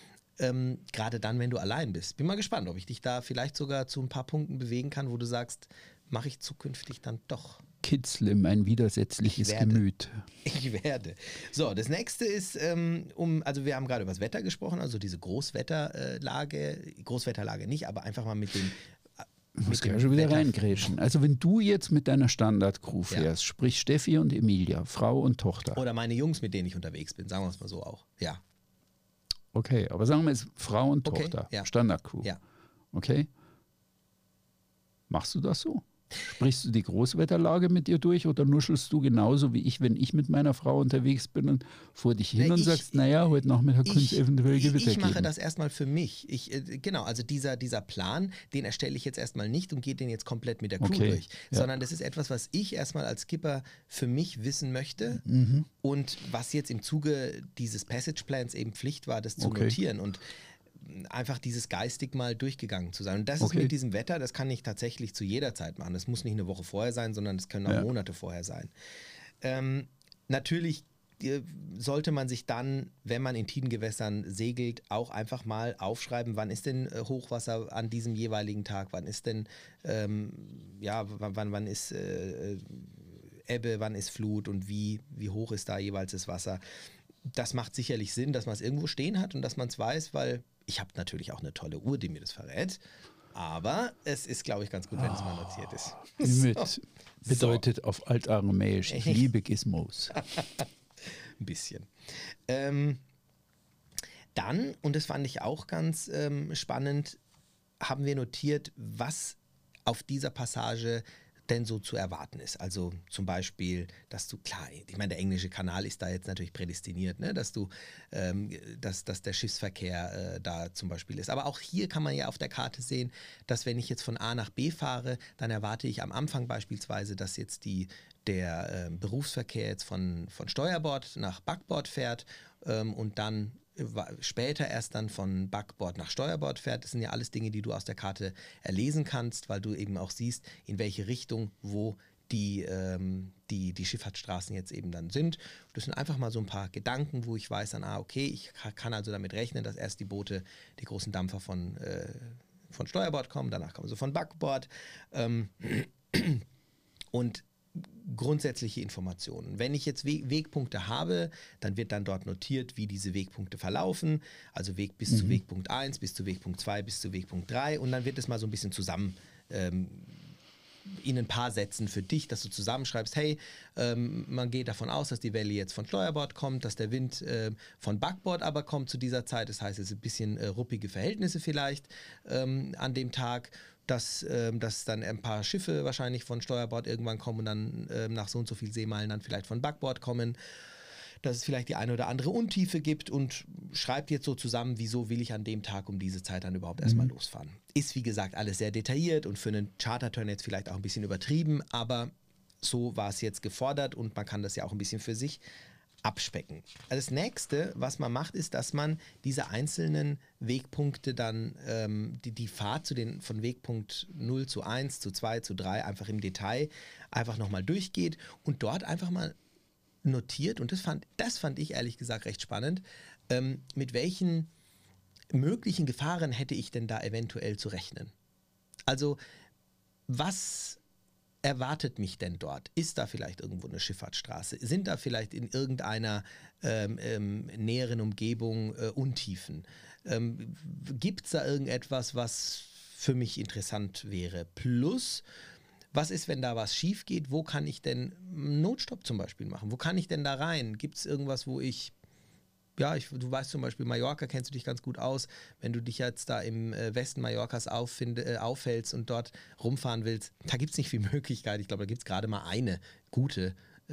gerade dann, wenn du allein bist. Bin mal gespannt, ob ich dich da vielleicht sogar zu ein paar Punkten bewegen kann, wo du sagst, mache ich zukünftig dann doch. Kitzle, mein widersetzliches Ich werde. Gemüt. Ich werde. So, das nächste ist, also wir haben gerade über das Wetter gesprochen, also diese Großwetterlage nicht, aber einfach mal mit dem Ich muss gleich schon wieder reingrätschen. Also wenn du jetzt mit deiner Standard-Crew fährst, sprich Steffi und Emilia, Frau und Tochter. Oder meine Jungs, mit denen ich unterwegs bin, sagen wir es mal so auch. Ja. Okay, aber sagen wir jetzt Frau und Tochter, Standard-Crew. Ja. Okay. Machst du das so? Sprichst du die Großwetterlage mit dir durch oder nuschelst du genauso wie ich, wenn ich mit meiner Frau unterwegs bin und vor dich hin und sagst, naja, heute Nachmittag könnte es eventuell Gewitter geben? Ich mache das erstmal für mich. Genau, also dieser Plan, den erstelle ich jetzt erstmal nicht und gehe den jetzt komplett mit der Crew durch, sondern das ist etwas, was ich erstmal als Skipper für mich wissen möchte und was jetzt im Zuge dieses Passage Plans eben Pflicht war, das zu notieren und einfach dieses geistig mal durchgegangen zu sein. Und das ist mit diesem Wetter, das kann ich tatsächlich zu jeder Zeit machen. Das muss nicht eine Woche vorher sein, sondern das können auch Monate vorher sein. Natürlich sollte man sich dann, wenn man in Tidengewässern segelt, auch einfach mal aufschreiben, wann ist denn Hochwasser an diesem jeweiligen Tag, wann ist denn, wann ist Ebbe, wann ist Flut und wie hoch ist da jeweils das Wasser. Das macht sicherlich Sinn, dass man es irgendwo stehen hat und dass man es weiß, weil ich habe natürlich auch eine tolle Uhr, die mir das verrät. Aber es ist, glaube ich, ganz gut, wenn es mal notiert ist. Mit bedeutet auf Altaramäisch, ich liebe Gizmos. Ein bisschen. Dann, und das fand ich auch ganz spannend, haben wir notiert, was auf dieser Passage denn so zu erwarten ist. Also zum Beispiel, dass du, klar, ich meine, der englische Kanal ist da jetzt natürlich prädestiniert, ne? Dass du, dass der Schiffsverkehr da zum Beispiel ist. Aber auch hier kann man ja auf der Karte sehen, dass wenn ich jetzt von A nach B fahre, dann erwarte ich am Anfang beispielsweise, dass jetzt der Berufsverkehr jetzt von Steuerbord nach Backbord fährt und dann später erst dann von Backbord nach Steuerbord fährt. Das sind ja alles Dinge, die du aus der Karte erlesen kannst, weil du eben auch siehst, in welche Richtung, wo die Schifffahrtsstraßen jetzt eben dann sind. Das sind einfach mal so ein paar Gedanken, wo ich weiß dann, okay, ich kann also damit rechnen, dass erst die Boote, die großen Dampfer von Steuerbord kommen, danach kommen sie von Backbord. Und grundsätzliche Informationen. Wenn ich jetzt Wegpunkte habe, dann wird dann dort notiert, wie diese Wegpunkte verlaufen, also Weg bis zu Wegpunkt 1, bis zu Wegpunkt 2, bis zu Wegpunkt 3 und dann wird es mal so ein bisschen zusammen in ein paar Sätzen für dich, dass du zusammenschreibst, hey, man geht davon aus, dass die Welle jetzt von Steuerbord kommt, dass der Wind von Backbord aber kommt zu dieser Zeit, das heißt, es sind ein bisschen ruppige Verhältnisse vielleicht an dem Tag, dass dann ein paar Schiffe wahrscheinlich von Steuerbord irgendwann kommen und dann nach so und so viel Seemeilen dann vielleicht von Backbord kommen, dass es vielleicht die eine oder andere Untiefe gibt und schreibt jetzt so zusammen, wieso will ich an dem Tag um diese Zeit dann überhaupt erstmal losfahren. Ist wie gesagt alles sehr detailliert und für einen Charterturn jetzt vielleicht auch ein bisschen übertrieben, aber so war es jetzt gefordert und man kann das ja auch ein bisschen für sich abspecken. Also das nächste, was man macht, ist, dass man diese einzelnen Wegpunkte dann, die Fahrt von Wegpunkt 0 zu 1 zu 2 zu 3 einfach im Detail einfach nochmal durchgeht und dort einfach mal notiert, und das fand ich ehrlich gesagt recht spannend, mit welchen möglichen Gefahren hätte ich denn da eventuell zu rechnen? Also was erwartet mich denn dort? Ist da vielleicht irgendwo eine Schifffahrtsstraße? Sind da vielleicht in irgendeiner näheren Umgebung Untiefen? Gibt es da irgendetwas, was für mich interessant wäre? Plus, was ist, wenn da was schief geht? Wo kann ich denn einen Notstopp zum Beispiel machen? Wo kann ich denn da rein? Gibt es irgendwas, wo du weißt zum Beispiel, Mallorca kennst du dich ganz gut aus. Wenn du dich jetzt da im Westen Mallorcas aufhältst und dort rumfahren willst, da gibt es nicht viel Möglichkeit. Ich glaube, da gibt es gerade mal eine gute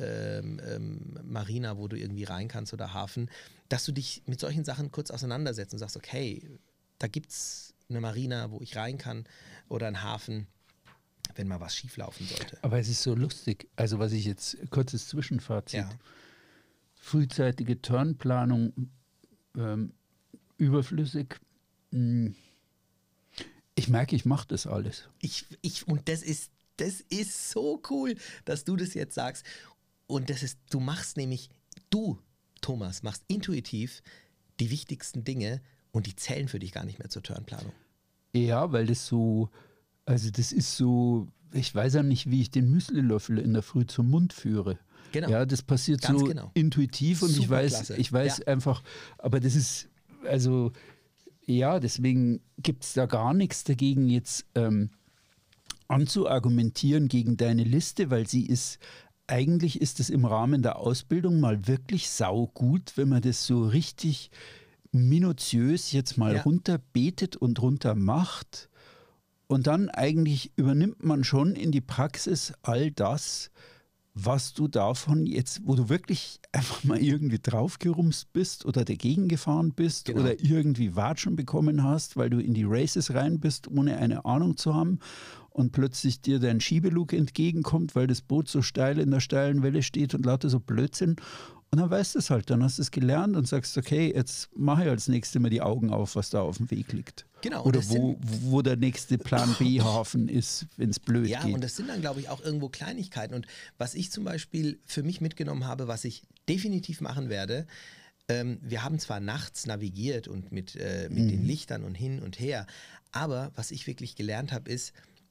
Marina, wo du irgendwie rein kannst oder Hafen, dass du dich mit solchen Sachen kurz auseinandersetzt und sagst, okay, da gibt es eine Marina, wo ich rein kann oder einen Hafen, wenn mal was schief laufen sollte. Aber es ist so lustig, also was ich jetzt, kurzes Zwischenfazit, frühzeitige Turnplanung überflüssig. Ich merke, ich mache das alles. Und das ist so cool, dass du das jetzt sagst. Und du machst nämlich, Thomas, machst intuitiv die wichtigsten Dinge und die zählen für dich gar nicht mehr zur Turnplanung. Ja, weil das so, also das ist so, ich weiß ja nicht, wie ich den Müslilöffel in der Früh zum Mund führe. Genau. Ja, das passiert ganz so intuitiv und ich weiß einfach, aber das ist, also ja, deswegen gibt es da gar nichts dagegen jetzt anzuargumentieren gegen deine Liste, weil eigentlich ist es im Rahmen der Ausbildung mal wirklich saugut, wenn man das so richtig minutiös jetzt mal runterbetet und runter macht. Und dann eigentlich übernimmt man schon in die Praxis all das, was du davon jetzt, wo du wirklich einfach mal irgendwie draufgerumst bist oder dagegen gefahren bist oder irgendwie Watschen bekommen hast, weil du in die Races rein bist, ohne eine Ahnung zu haben und plötzlich dir dein Schiebelug entgegenkommt, weil das Boot so steil in der steilen Welle steht und lauter so Blödsinn. Und dann weißt du es halt, dann hast du es gelernt und sagst, okay, jetzt mache ich als nächstes mal die Augen auf, was da auf dem Weg liegt. Genau. Oder wo der nächste Plan B-Hafen ist, wenn es blöd geht. Ja, und das sind dann, glaube ich, auch irgendwo Kleinigkeiten. Und was ich zum Beispiel für mich mitgenommen habe, was ich definitiv machen werde, wir haben zwar nachts navigiert und mit den Lichtern und hin und her, aber was ich wirklich gelernt habe, ist,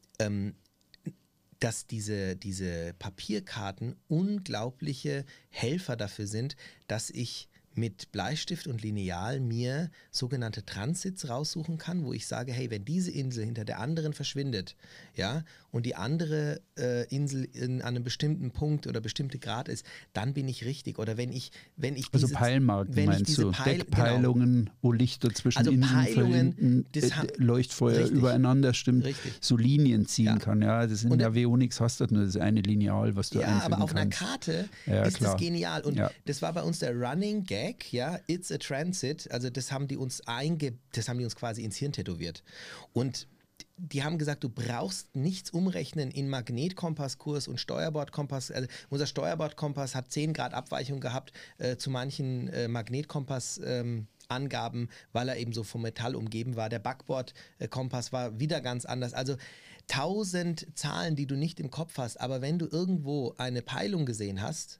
dass diese Papierkarten unglaubliche Helfer dafür sind, dass ich mit Bleistift und Lineal mir sogenannte Transits raussuchen kann, wo ich sage, hey, wenn diese Insel hinter der anderen verschwindet, ja, und die andere Insel an einem bestimmten Punkt oder bestimmte Grad ist, dann bin ich richtig. Oder wenn ich also Peilmarken meinst du, Deckpeilungen, wo Lichter zwischen Inseln verbinden, Leuchtfeuer übereinander stimmt, so Linien ziehen kann. Ja, das in der Avionics hast du nur das eine Lineal, was du einfügen kannst. Ja, aber auf einer Karte ist das genial. Und das war bei uns der Running Gag, ja, it's a transit, also das haben die uns quasi ins Hirn tätowiert. Und die haben gesagt, du brauchst nichts umrechnen in Magnetkompasskurs und Steuerbordkompass. Also unser Steuerbordkompass hat 10 Grad Abweichung gehabt zu manchen Magnetkompass-Angaben, weil er eben so vom Metall umgeben war. Der Backbordkompass war wieder ganz anders. Also 1000 Zahlen, die du nicht im Kopf hast, aber wenn du irgendwo eine Peilung gesehen hast,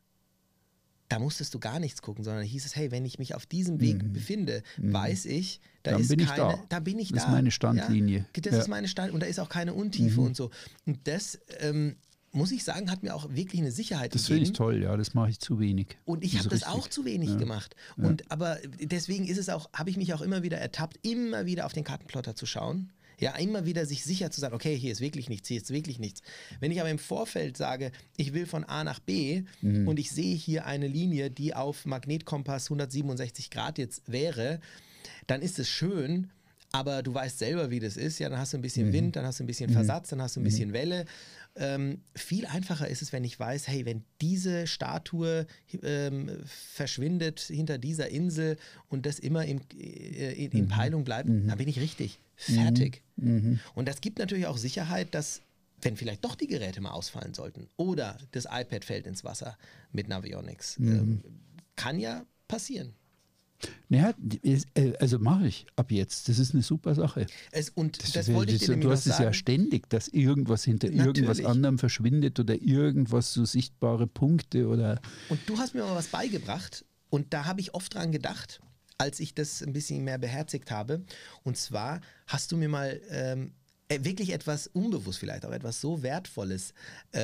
da musstest du gar nichts gucken, sondern hieß es, hey, wenn ich mich auf diesem Weg befinde, weiß ich, da bin ich da. Das ist meine Standlinie. Ja? Das ist meine Stand und da ist auch keine Untiefe und so. Und das, muss ich sagen, hat mir auch wirklich eine Sicherheit gegeben. Das finde ich toll, ja, das mache ich zu wenig. Und ich habe das auch zu wenig gemacht. Und aber deswegen habe ich mich auch immer wieder ertappt, immer wieder auf den Kartenplotter zu schauen. Ja, immer wieder sich sicher zu sagen, okay, hier ist wirklich nichts, hier ist wirklich nichts. Wenn ich aber im Vorfeld sage, ich will von A nach B und ich sehe hier eine Linie, die auf Magnetkompass 167 Grad jetzt wäre, dann ist es schön, aber du weißt selber, wie das ist. Ja, dann hast du ein bisschen Wind, dann hast du ein bisschen Versatz, dann hast du ein bisschen Welle. Viel einfacher ist es, wenn ich weiß, hey, wenn diese Statue verschwindet hinter dieser Insel und das immer in Peilung bleibt, dann bin ich richtig. Fertig. Und das gibt natürlich auch Sicherheit, dass, wenn vielleicht doch die Geräte mal ausfallen sollten oder das iPad fällt ins Wasser mit Navionics, kann ja passieren. Naja, also mache ich ab jetzt. Das ist eine super Sache. Das wollte ich dir nämlich Du noch hast es sagen. ja ständig, dass irgendwas hinter irgendwas anderem verschwindet oder irgendwas so sichtbare Punkte oder. Und du hast mir mal was beigebracht und da habe ich oft dran gedacht, als ich das ein bisschen mehr beherzigt habe. Und zwar hast du mir mal wirklich etwas unbewusst vielleicht auch etwas so Wertvolles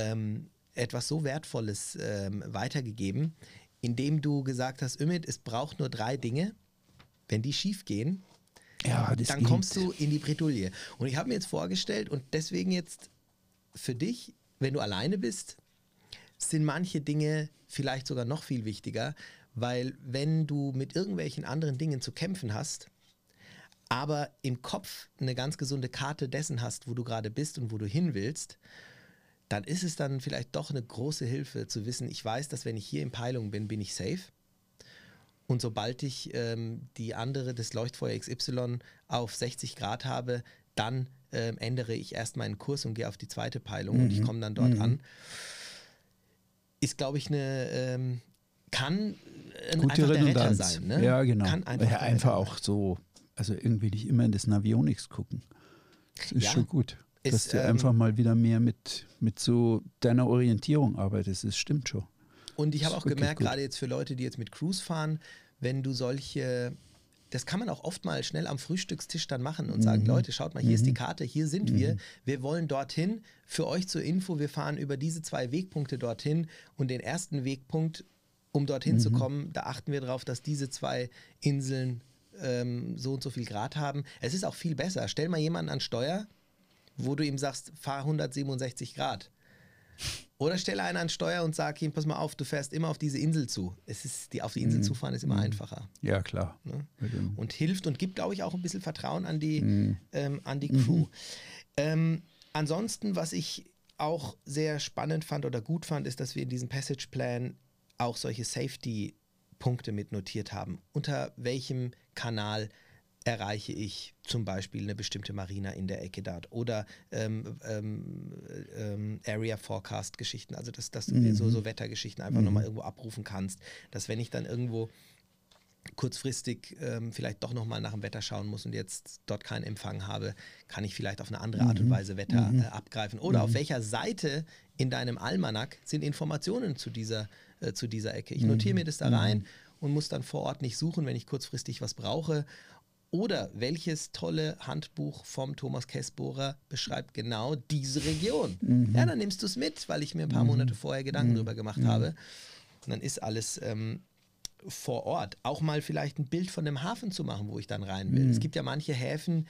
weitergegeben, indem du gesagt hast, Ümit, es braucht nur 3 Dinge. Wenn die schief gehen, dann kommst du in die Bredouille. Und ich habe mir jetzt vorgestellt und deswegen jetzt für dich, wenn du alleine bist, sind manche Dinge vielleicht sogar noch viel wichtiger, weil wenn du mit irgendwelchen anderen Dingen zu kämpfen hast, aber im Kopf eine ganz gesunde Karte dessen hast, wo du gerade bist und wo du hin willst, dann ist es dann vielleicht doch eine große Hilfe zu wissen, ich weiß, dass wenn ich hier in Peilung bin, bin ich safe. Und sobald ich das Leuchtfeuer XY auf 60 Grad habe, dann ändere ich erst meinen Kurs und gehe auf die zweite Peilung und ich komme dann dort an. Ist, glaube ich, kann gute einfach Redundanz. Der Retter sein. Ne? Ja, genau. Kann einfach auch so, also irgendwie nicht immer in das Navionics gucken. Das ist schon gut. Dass du einfach mal wieder mehr mit so deiner Orientierung arbeitest, das stimmt schon. Und ich habe auch gemerkt, gerade jetzt für Leute, die jetzt mit Cruise fahren, wenn du das kann man auch oft mal schnell am Frühstückstisch dann machen und sagen, Leute, schaut mal, hier ist die Karte, hier sind wir wollen dorthin. Für euch zur Info, wir fahren über diese 2 Wegpunkte dorthin und den ersten Wegpunkt, um dorthin zu kommen, da achten wir darauf, dass diese 2 Inseln so und so viel Grad haben. Es ist auch viel besser. Stell mal jemanden an Steuer, wo du ihm sagst, fahr 167 Grad. Oder stelle einen an Steuer und sag ihm, pass mal auf, du fährst immer auf diese Insel zu. Auf die Insel zu fahren ist immer einfacher. Ja, klar. Ne? Und hilft und gibt, glaube ich, auch ein bisschen Vertrauen an die Crew. Ansonsten, was ich auch sehr spannend fand oder gut fand, ist, dass wir in diesem Passage Plan auch solche Safety-Punkte mit notiert haben. Unter welchem Kanal erreiche ich zum Beispiel eine bestimmte Marina in der Ecke dort oder Area Forecast Geschichten, also dass du so Wettergeschichten einfach nochmal irgendwo abrufen kannst, dass wenn ich dann irgendwo kurzfristig vielleicht doch nochmal nach dem Wetter schauen muss und jetzt dort keinen Empfang habe, kann ich vielleicht auf eine andere Art und Weise Wetter abgreifen. Oder auf welcher Seite in deinem Almanak sind Informationen zu dieser Ecke. Ich notiere mir das da rein und muss dann vor Ort nicht suchen, wenn ich kurzfristig was brauche. Oder welches tolle Handbuch vom Thomas Kässbohrer beschreibt genau diese Region. Ja, dann nimmst du es mit, weil ich mir ein paar Monate vorher Gedanken drüber gemacht habe. Und dann ist alles vor Ort. Auch mal vielleicht ein Bild von dem Hafen zu machen, wo ich dann rein will. Es gibt ja manche Häfen,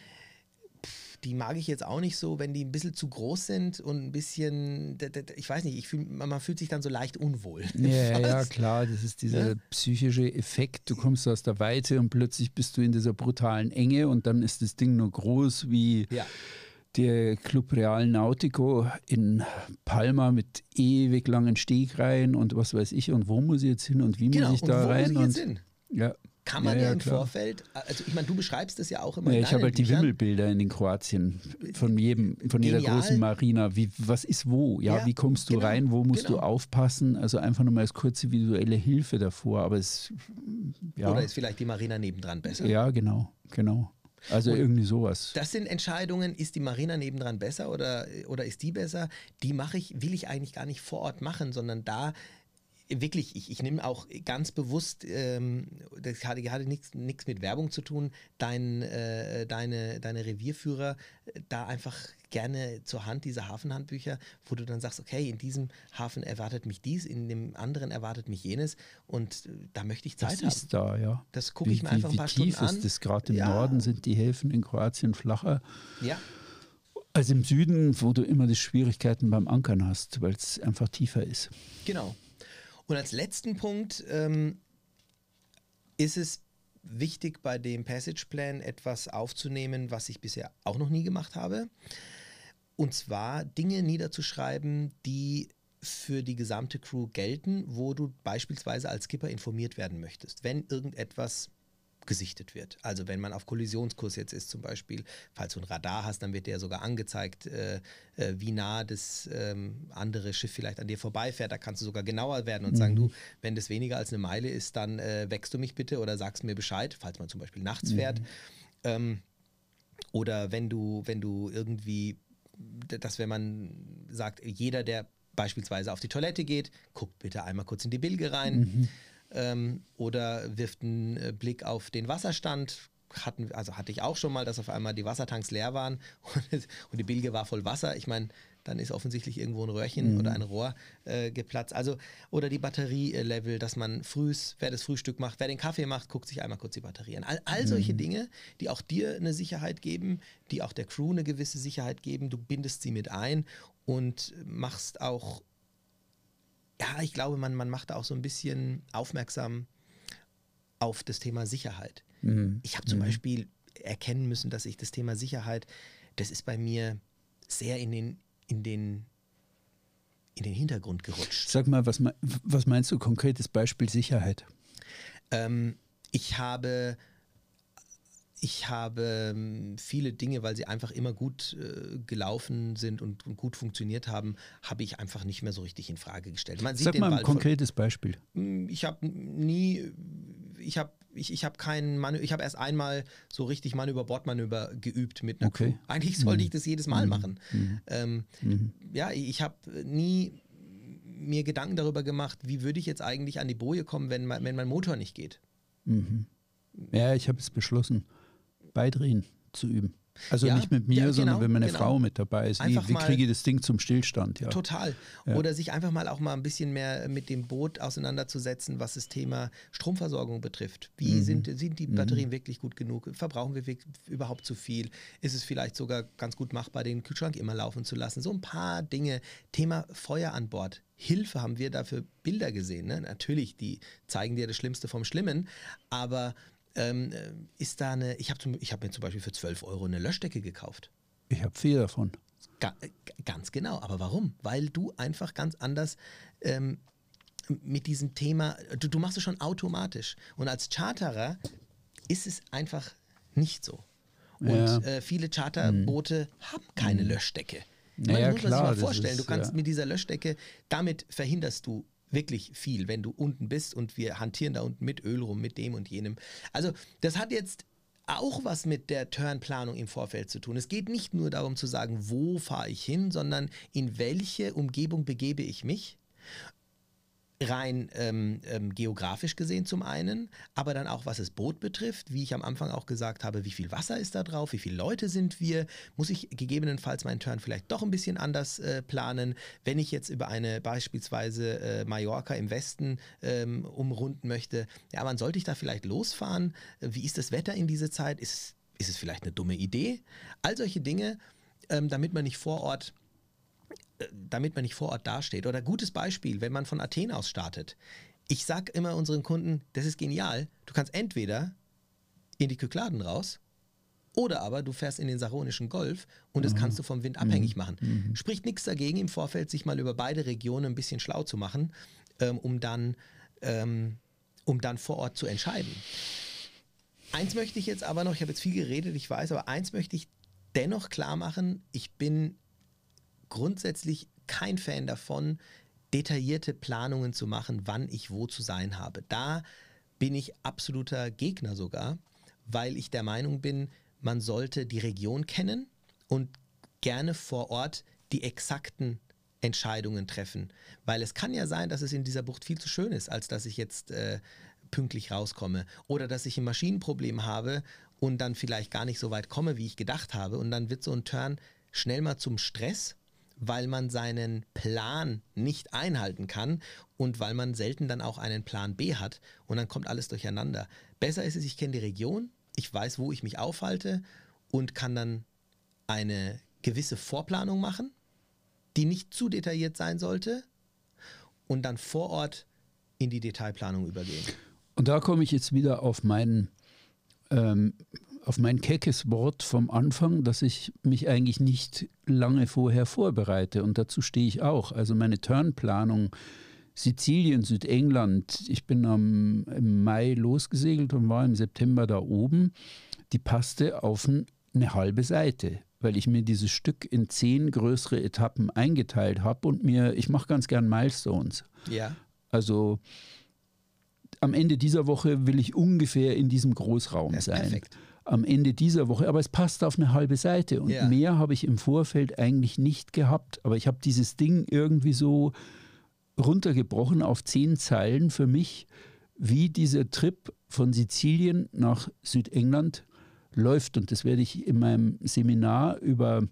die mag ich jetzt auch nicht so, wenn die ein bisschen zu groß sind und ein bisschen, ich weiß nicht, man fühlt sich dann so leicht unwohl. Ja, klar, das ist dieser psychische Effekt. Du kommst aus der Weite und plötzlich bist du in dieser brutalen Enge und dann ist das Ding nur groß wie der Club Real Nautico in Palma mit ewig langen Stegreihen und was weiß ich und wo muss ich jetzt hin und wie muss ich da rein? Muss ich jetzt hin? Ja. Kann man ja im Vorfeld, also ich meine, du beschreibst das ja auch immer. Ja, ich habe halt die Wimmelbilder in Kroatien von jeder großen Marina. Was ist wo? Ja, wie kommst du rein? Wo musst du aufpassen? Also einfach nochmal als kurze visuelle Hilfe davor. Aber Oder ist vielleicht die Marina nebendran besser? Ja, genau. Also und irgendwie sowas. Das sind Entscheidungen, ist die Marina nebendran besser oder ist die besser? Die will ich eigentlich gar nicht vor Ort machen, sondern da wirklich, ich nehme auch ganz bewusst, das hatte nichts mit Werbung zu tun, deine Revierführer da einfach gerne zur Hand, diese Hafenhandbücher, wo du dann sagst, okay, in diesem Hafen erwartet mich dies, in dem anderen erwartet mich jenes und da möchte ich Zeit haben. Das ist da, ja. Das gucke ich mir einfach ein paar Stunden an. Wie tief ist das? Gerade im Norden sind die Häfen in Kroatien flacher. Ja. Als im Süden, wo du immer die Schwierigkeiten beim Ankern hast, weil es einfach tiefer ist. Genau. Und als letzten Punkt ist es wichtig, bei dem Passage Plan etwas aufzunehmen, was ich bisher auch noch nie gemacht habe. Und zwar Dinge niederzuschreiben, die für die gesamte Crew gelten, wo du beispielsweise als Skipper informiert werden möchtest, wenn irgendetwas gesichtet wird. Also wenn man auf Kollisionskurs jetzt ist zum Beispiel, falls du ein Radar hast, dann wird dir ja sogar angezeigt, wie nah das andere Schiff vielleicht an dir vorbeifährt. Da kannst du sogar genauer werden und sagen, du, wenn das weniger als eine Meile ist, dann weckst du mich bitte oder sagst mir Bescheid, falls man zum Beispiel nachts fährt. Oder wenn du irgendwie, dass wenn man sagt, jeder, der beispielsweise auf die Toilette geht, guckt bitte einmal kurz in die Bilge rein. Oder wirft einen Blick auf den Wasserstand. Hatte ich auch schon mal, dass auf einmal die Wassertanks leer waren und die Bilge war voll Wasser. Ich meine, dann ist offensichtlich irgendwo ein Röhrchen oder ein Rohr geplatzt. Also, oder die Batterielevel, dass man wer das Frühstück macht, wer den Kaffee macht, guckt sich einmal kurz die Batterie an. All solche Dinge, die auch dir eine Sicherheit geben, die auch der Crew eine gewisse Sicherheit geben. Du bindest sie mit ein und machst auch, ja, ich glaube, man macht da auch so ein bisschen aufmerksam auf das Thema Sicherheit. Ich habe zum Beispiel erkennen müssen, dass ich das Thema Sicherheit, das ist bei mir sehr in den Hintergrund gerutscht. Sag mal, was meinst du konkretes Beispiel Sicherheit? Ich habe viele Dinge, weil sie einfach immer gut gelaufen sind und gut funktioniert haben, habe ich einfach nicht mehr so richtig in Frage gestellt. Man sieht Sag mal ein konkretes Beispiel. Ich habe erst einmal so richtig Bordmanöver geübt mit einer Crew. Eigentlich sollte ich das jedes Mal machen. Ja, ich habe nie mir Gedanken darüber gemacht, wie würde ich jetzt eigentlich an die Boje kommen, wenn mein Motor nicht geht. Ja, ich habe es beschlossen, Beidrehen zu üben. Also Ja, nicht mit mir, ja, sondern wenn meine genau. Frau mit dabei ist. Einfach Wie mal- kriege ich das Ding zum Stillstand? Ja. Total. Ja. Oder sich einfach mal auch mal ein bisschen mehr mit dem Boot auseinanderzusetzen, was das Thema Stromversorgung betrifft. Wie sind die Batterien wirklich gut genug? Verbrauchen wir überhaupt zu viel? Ist es vielleicht sogar ganz gut machbar, den Kühlschrank immer laufen zu lassen? So ein paar Dinge. Thema Feuer an Bord. Hilfe haben wir dafür Bilder gesehen. Ne? Natürlich, die zeigen dir das Schlimmste vom Schlimmen, aber ist da eine, ich hab mir zum Beispiel für 12 Euro eine Löschdecke gekauft. Ich habe 4 davon. Ganz genau. Aber warum? Weil du einfach ganz anders mit diesem Thema, du machst es schon automatisch. Und als Charterer ist es einfach nicht so. Und Ja. viele Charterboote haben keine Löschdecke. Naja, Das muss man sich klar, mal das vorstellen. ist, Du kannst ja. mit dieser Löschdecke, damit verhinderst du wirklich viel, wenn du unten bist, und wir hantieren da unten mit Öl rum, mit dem und jenem. Also das hat jetzt auch was mit der Turnplanung im Vorfeld zu tun. Es geht nicht nur darum zu sagen, wo fahre ich hin, sondern in welche Umgebung begebe ich mich. Rein geografisch gesehen zum einen, aber dann auch, was das Boot betrifft, wie ich am Anfang auch gesagt habe, wie viel Wasser ist da drauf, wie viele Leute sind wir, muss ich gegebenenfalls meinen Turn vielleicht doch ein bisschen anders planen, wenn ich jetzt über eine beispielsweise Mallorca im Westen umrunden möchte, ja, wann sollte ich da vielleicht losfahren, wie ist das Wetter in dieser Zeit, ist es vielleicht eine dumme Idee, all solche Dinge, damit man nicht vor Ort dasteht. Oder gutes Beispiel, wenn man von Athen aus startet. Ich sage immer unseren Kunden, das ist genial, du kannst entweder in die Kykladen raus oder aber du fährst in den Saronischen Golf und das kannst du vom Wind abhängig machen. Spricht nichts dagegen, im Vorfeld sich mal über beide Regionen ein bisschen schlau zu machen, um dann vor Ort zu entscheiden. Eins möchte ich jetzt aber noch, ich habe jetzt viel geredet, ich weiß, aber eins möchte ich dennoch klar machen, ich bin grundsätzlich kein Fan davon, detaillierte Planungen zu machen, wann ich wo zu sein habe. Da bin ich absoluter Gegner sogar, weil ich der Meinung bin, man sollte die Region kennen und gerne vor Ort die exakten Entscheidungen treffen. Weil es kann ja sein, dass es in dieser Bucht viel zu schön ist, als dass ich jetzt pünktlich rauskomme. Oder dass ich ein Maschinenproblem habe und dann vielleicht gar nicht so weit komme, wie ich gedacht habe. Und dann wird so ein Turn schnell mal zum Stress, weil man seinen Plan nicht einhalten kann und weil man selten dann auch einen Plan B hat und dann kommt alles durcheinander. Besser ist es, ich kenne die Region, ich weiß, wo ich mich aufhalte und kann dann eine gewisse Vorplanung machen, die nicht zu detailliert sein sollte, und dann vor Ort in die Detailplanung übergehen. Und da komme ich jetzt wieder auf mein keckes Wort vom Anfang, dass ich mich eigentlich nicht lange vorher vorbereite. Und dazu stehe ich auch. Also meine Turnplanung, Sizilien, Südengland, ich bin im Mai losgesegelt und war im September da oben, die passte auf eine halbe Seite, weil ich mir dieses Stück in 10 größere Etappen eingeteilt habe und ich mache ganz gern Milestones. Ja. Also am Ende dieser Woche will ich ungefähr in diesem Großraum sein. Perfekt. Am Ende dieser Woche, aber es passt auf eine halbe Seite und Ja. mehr habe ich im Vorfeld eigentlich nicht gehabt, aber ich habe dieses Ding irgendwie so runtergebrochen auf 10 Zeilen für mich, wie dieser Trip von Sizilien nach Südengland läuft, und das werde ich in meinem Seminar über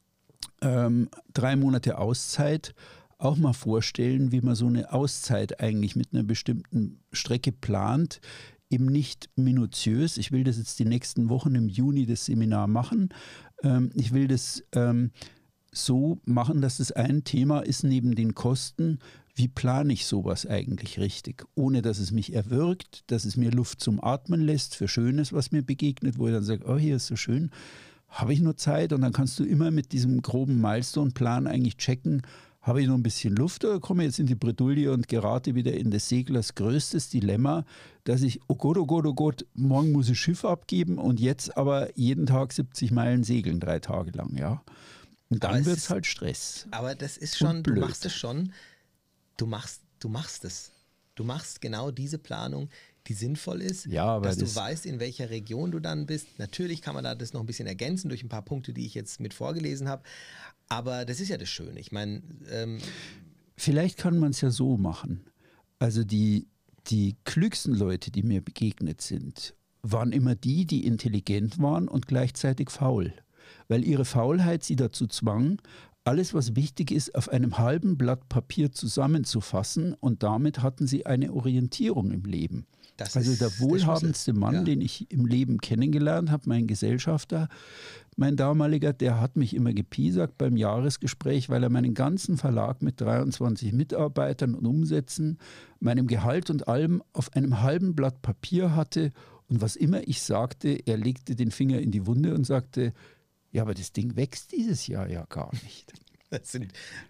3 Monate Auszeit auch mal vorstellen, wie man so eine Auszeit eigentlich mit einer bestimmten Strecke plant, eben nicht minutiös. Ich will das jetzt die nächsten Wochen im Juni das Seminar machen. Ich will das so machen, dass es ein Thema ist neben den Kosten. Wie plane ich sowas eigentlich richtig, ohne dass es mich erwürgt, dass es mir Luft zum Atmen lässt für Schönes, was mir begegnet, wo ich dann sage, oh, hier ist so schön, habe ich nur Zeit? Und dann kannst du immer mit diesem groben Milestone-Plan eigentlich checken, habe ich noch ein bisschen Luft oder komme ich jetzt in die Bredouille und gerate wieder in des Seglers größtes Dilemma, dass ich, oh Gott, morgen muss ich Schiff abgeben und jetzt aber jeden Tag 70 Meilen segeln, 3 Tage lang, ja. Und Aber dann wird es halt Stress. Aber das ist schon, Und du blöd. machst es schon, du machst es. Du machst genau diese Planung, die sinnvoll ist, Ja, aber dass du das- weißt, in welcher Region du dann bist. Natürlich kann man da das noch ein bisschen ergänzen durch ein paar Punkte, die ich jetzt mit vorgelesen habe. Aber das ist ja das Schöne. Ich meine, Vielleicht kann man es ja so machen. Also die klügsten Leute, die mir begegnet sind, waren immer die intelligent waren und gleichzeitig faul. weil ihre Faulheit sie dazu zwang, alles, was wichtig ist, auf einem halben Blatt Papier zusammenzufassen, und damit hatten sie eine Orientierung im Leben. Also der wohlhabendste Mann, den ich im Leben kennengelernt habe, mein Gesellschafter, mein damaliger, der hat mich immer gepiesackt beim Jahresgespräch, weil er meinen ganzen Verlag mit 23 Mitarbeitern und Umsätzen, meinem Gehalt und allem auf einem halben Blatt Papier hatte. Und was immer ich sagte, er legte den Finger in die Wunde und sagte, ja, aber das Ding wächst dieses Jahr ja gar nicht. Das sind,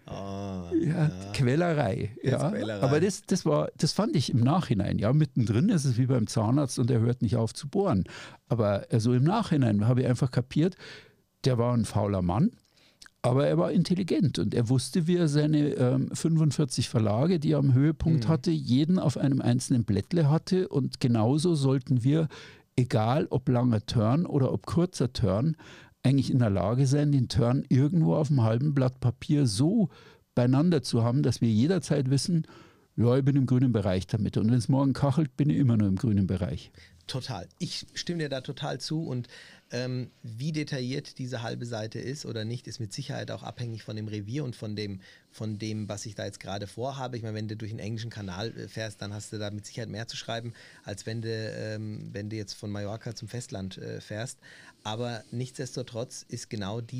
Quälerei. Ja. Quälerei. Aber das fand ich im Nachhinein. Ja, mittendrin ist es wie beim Zahnarzt und er hört nicht auf zu bohren. Aber also im Nachhinein habe ich einfach kapiert, der war ein fauler Mann, aber er war intelligent und er wusste, wie er seine 45 Verlage, die er am Höhepunkt hatte, jeden auf einem einzelnen Blättle hatte, und genauso sollten wir, egal ob langer Turn oder ob kurzer Turn, eigentlich in der Lage sein, den Turn irgendwo auf einem halben Blatt Papier so beieinander zu haben, dass wir jederzeit wissen, ja, ich bin im grünen Bereich damit. Und wenn es morgen kachelt, bin ich immer noch im grünen Bereich. Total. Ich stimme dir da total zu, und wie detailliert diese halbe Seite ist oder nicht, ist mit Sicherheit auch abhängig von dem Revier und von dem, was ich da jetzt gerade vorhabe. Ich meine, wenn du durch einen englischen Kanal fährst, dann hast du da mit Sicherheit mehr zu schreiben, als wenn du jetzt von Mallorca zum Festland fährst. Aber nichtsdestotrotz ist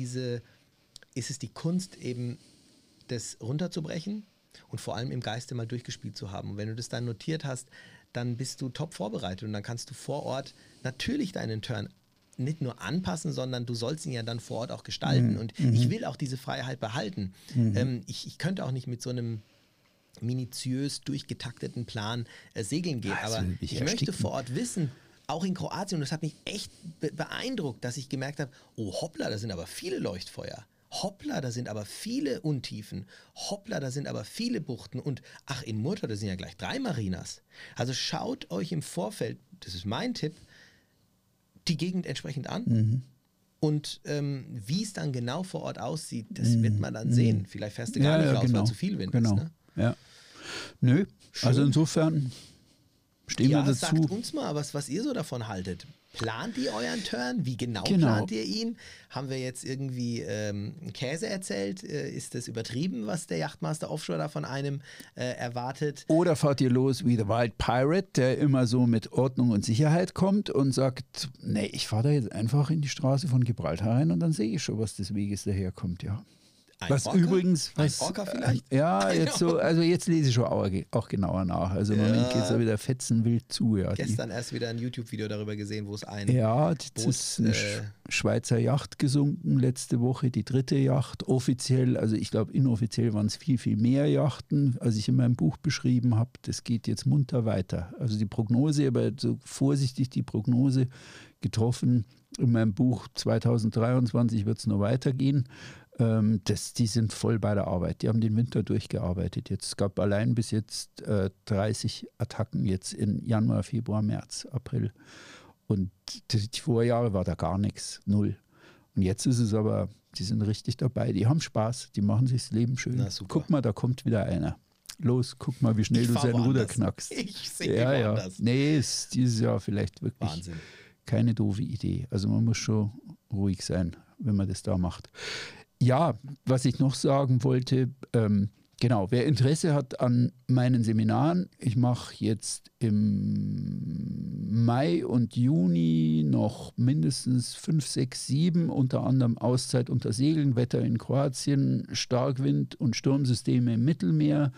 ist es die Kunst eben, das runterzubrechen und vor allem im Geiste mal durchgespielt zu haben. Und wenn du das dann notiert hast, dann bist du top vorbereitet und dann kannst du vor Ort natürlich deinen Turn nicht nur anpassen, sondern du sollst ihn ja dann vor Ort auch gestalten. Und ich will auch diese Freiheit behalten. Ich könnte auch nicht mit so einem minutiös durchgetakteten Plan segeln gehen, aber ich möchte vor Ort wissen, auch in Kroatien, und das hat mich echt beeindruckt, dass ich gemerkt habe, oh hoppla, da sind aber viele Leuchtfeuer. Hoppla, da sind aber viele Untiefen. Hoppla, da sind aber viele Buchten. Und ach, in Murta, da sind ja gleich 3 Marinas. Also schaut euch im Vorfeld, das ist mein Tipp, die Gegend entsprechend an. Und wie es dann genau vor Ort aussieht, das wird man dann sehen. Vielleicht fährst du gar nicht raus, weil zu viel Wind ist. Ne? Ja. Nö, Schön. Also insofern stehen wir dazu. Sagt uns mal, was ihr so davon haltet. Plant ihr euren Turn? Wie genau plant ihr ihn? Haben wir jetzt irgendwie Käse erzählt? Ist das übertrieben, was der Yachtmaster Offshore da von einem erwartet? Oder fahrt ihr los wie The Wild Pirate, der immer so mit Ordnung und Sicherheit kommt und sagt, nee, ich fahre da jetzt einfach in die Straße von Gibraltar rein und dann sehe ich schon, was des Weges daherkommt, ja. Ein Was Orca? übrigens, Ein Orca vielleicht? Ja, jetzt so, also jetzt lese ich schon auch genauer nach. Also im Moment geht es ja wieder fetzenwild zu. Ja, gestern erst wieder ein YouTube-Video darüber gesehen, wo es ein Boot, ist eine Schweizer Yacht gesunken letzte Woche, die 3. Yacht. Offiziell, also ich glaube inoffiziell waren es viel, viel mehr Yachten, als ich in meinem Buch beschrieben habe. Das geht jetzt munter weiter. Also die Prognose, aber so vorsichtig die Prognose getroffen, in meinem Buch 2023 wird es noch weitergehen. Die sind voll bei der Arbeit. Die haben den Winter durchgearbeitet. Jetzt, es gab allein bis jetzt 30 Attacken jetzt in Januar, Februar, März, April. Und die Vorjahre war da gar nichts, 0. Und jetzt ist es aber, die sind richtig dabei. Die haben Spaß, die machen sich das Leben schön. Guck mal, da kommt wieder einer. Los, guck mal, wie schnell du sein Ruder knackst. Ich sehe woanders. Nee, ist dieses Jahr vielleicht wirklich Wahnsinn. Keine doofe Idee. Also man muss schon ruhig sein, wenn man das da macht. Ja, was ich noch sagen wollte, genau, wer Interesse hat an meinen Seminaren, ich mache jetzt im Mai und Juni noch mindestens 5, 6, 7, unter anderem Auszeit unter Segeln, Wetter in Kroatien, Starkwind und Sturmsysteme im Mittelmeer,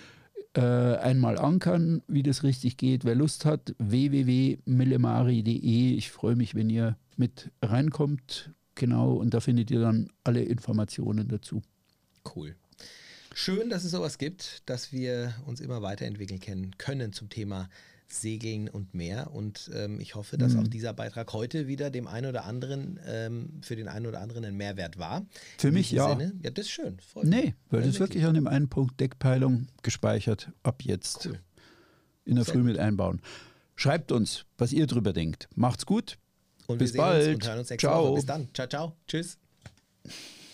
einmal ankern, wie das richtig geht. Wer Lust hat, www.millemari.de. Ich freue mich, wenn ihr mit reinkommt. Genau, und da findet ihr dann alle Informationen dazu. Cool. Schön, dass es sowas gibt, dass wir uns immer weiterentwickeln können zum Thema Segeln und mehr. Und ich hoffe, dass auch dieser Beitrag heute wieder dem einen oder anderen, für den einen oder anderen ein Mehrwert war. Für mich ja. Ja, das ist schön. Freut mich. Weil das ist wirklich an dem einen Punkt Deckpeilung gespeichert, ab jetzt. Cool. In der Früh mit einbauen. Schreibt uns, was ihr drüber denkt. Macht's gut. Und bis wir sehen bald. uns und hören uns nächste Ciao. Woche. Bis dann. Ciao, ciao. Tschüss.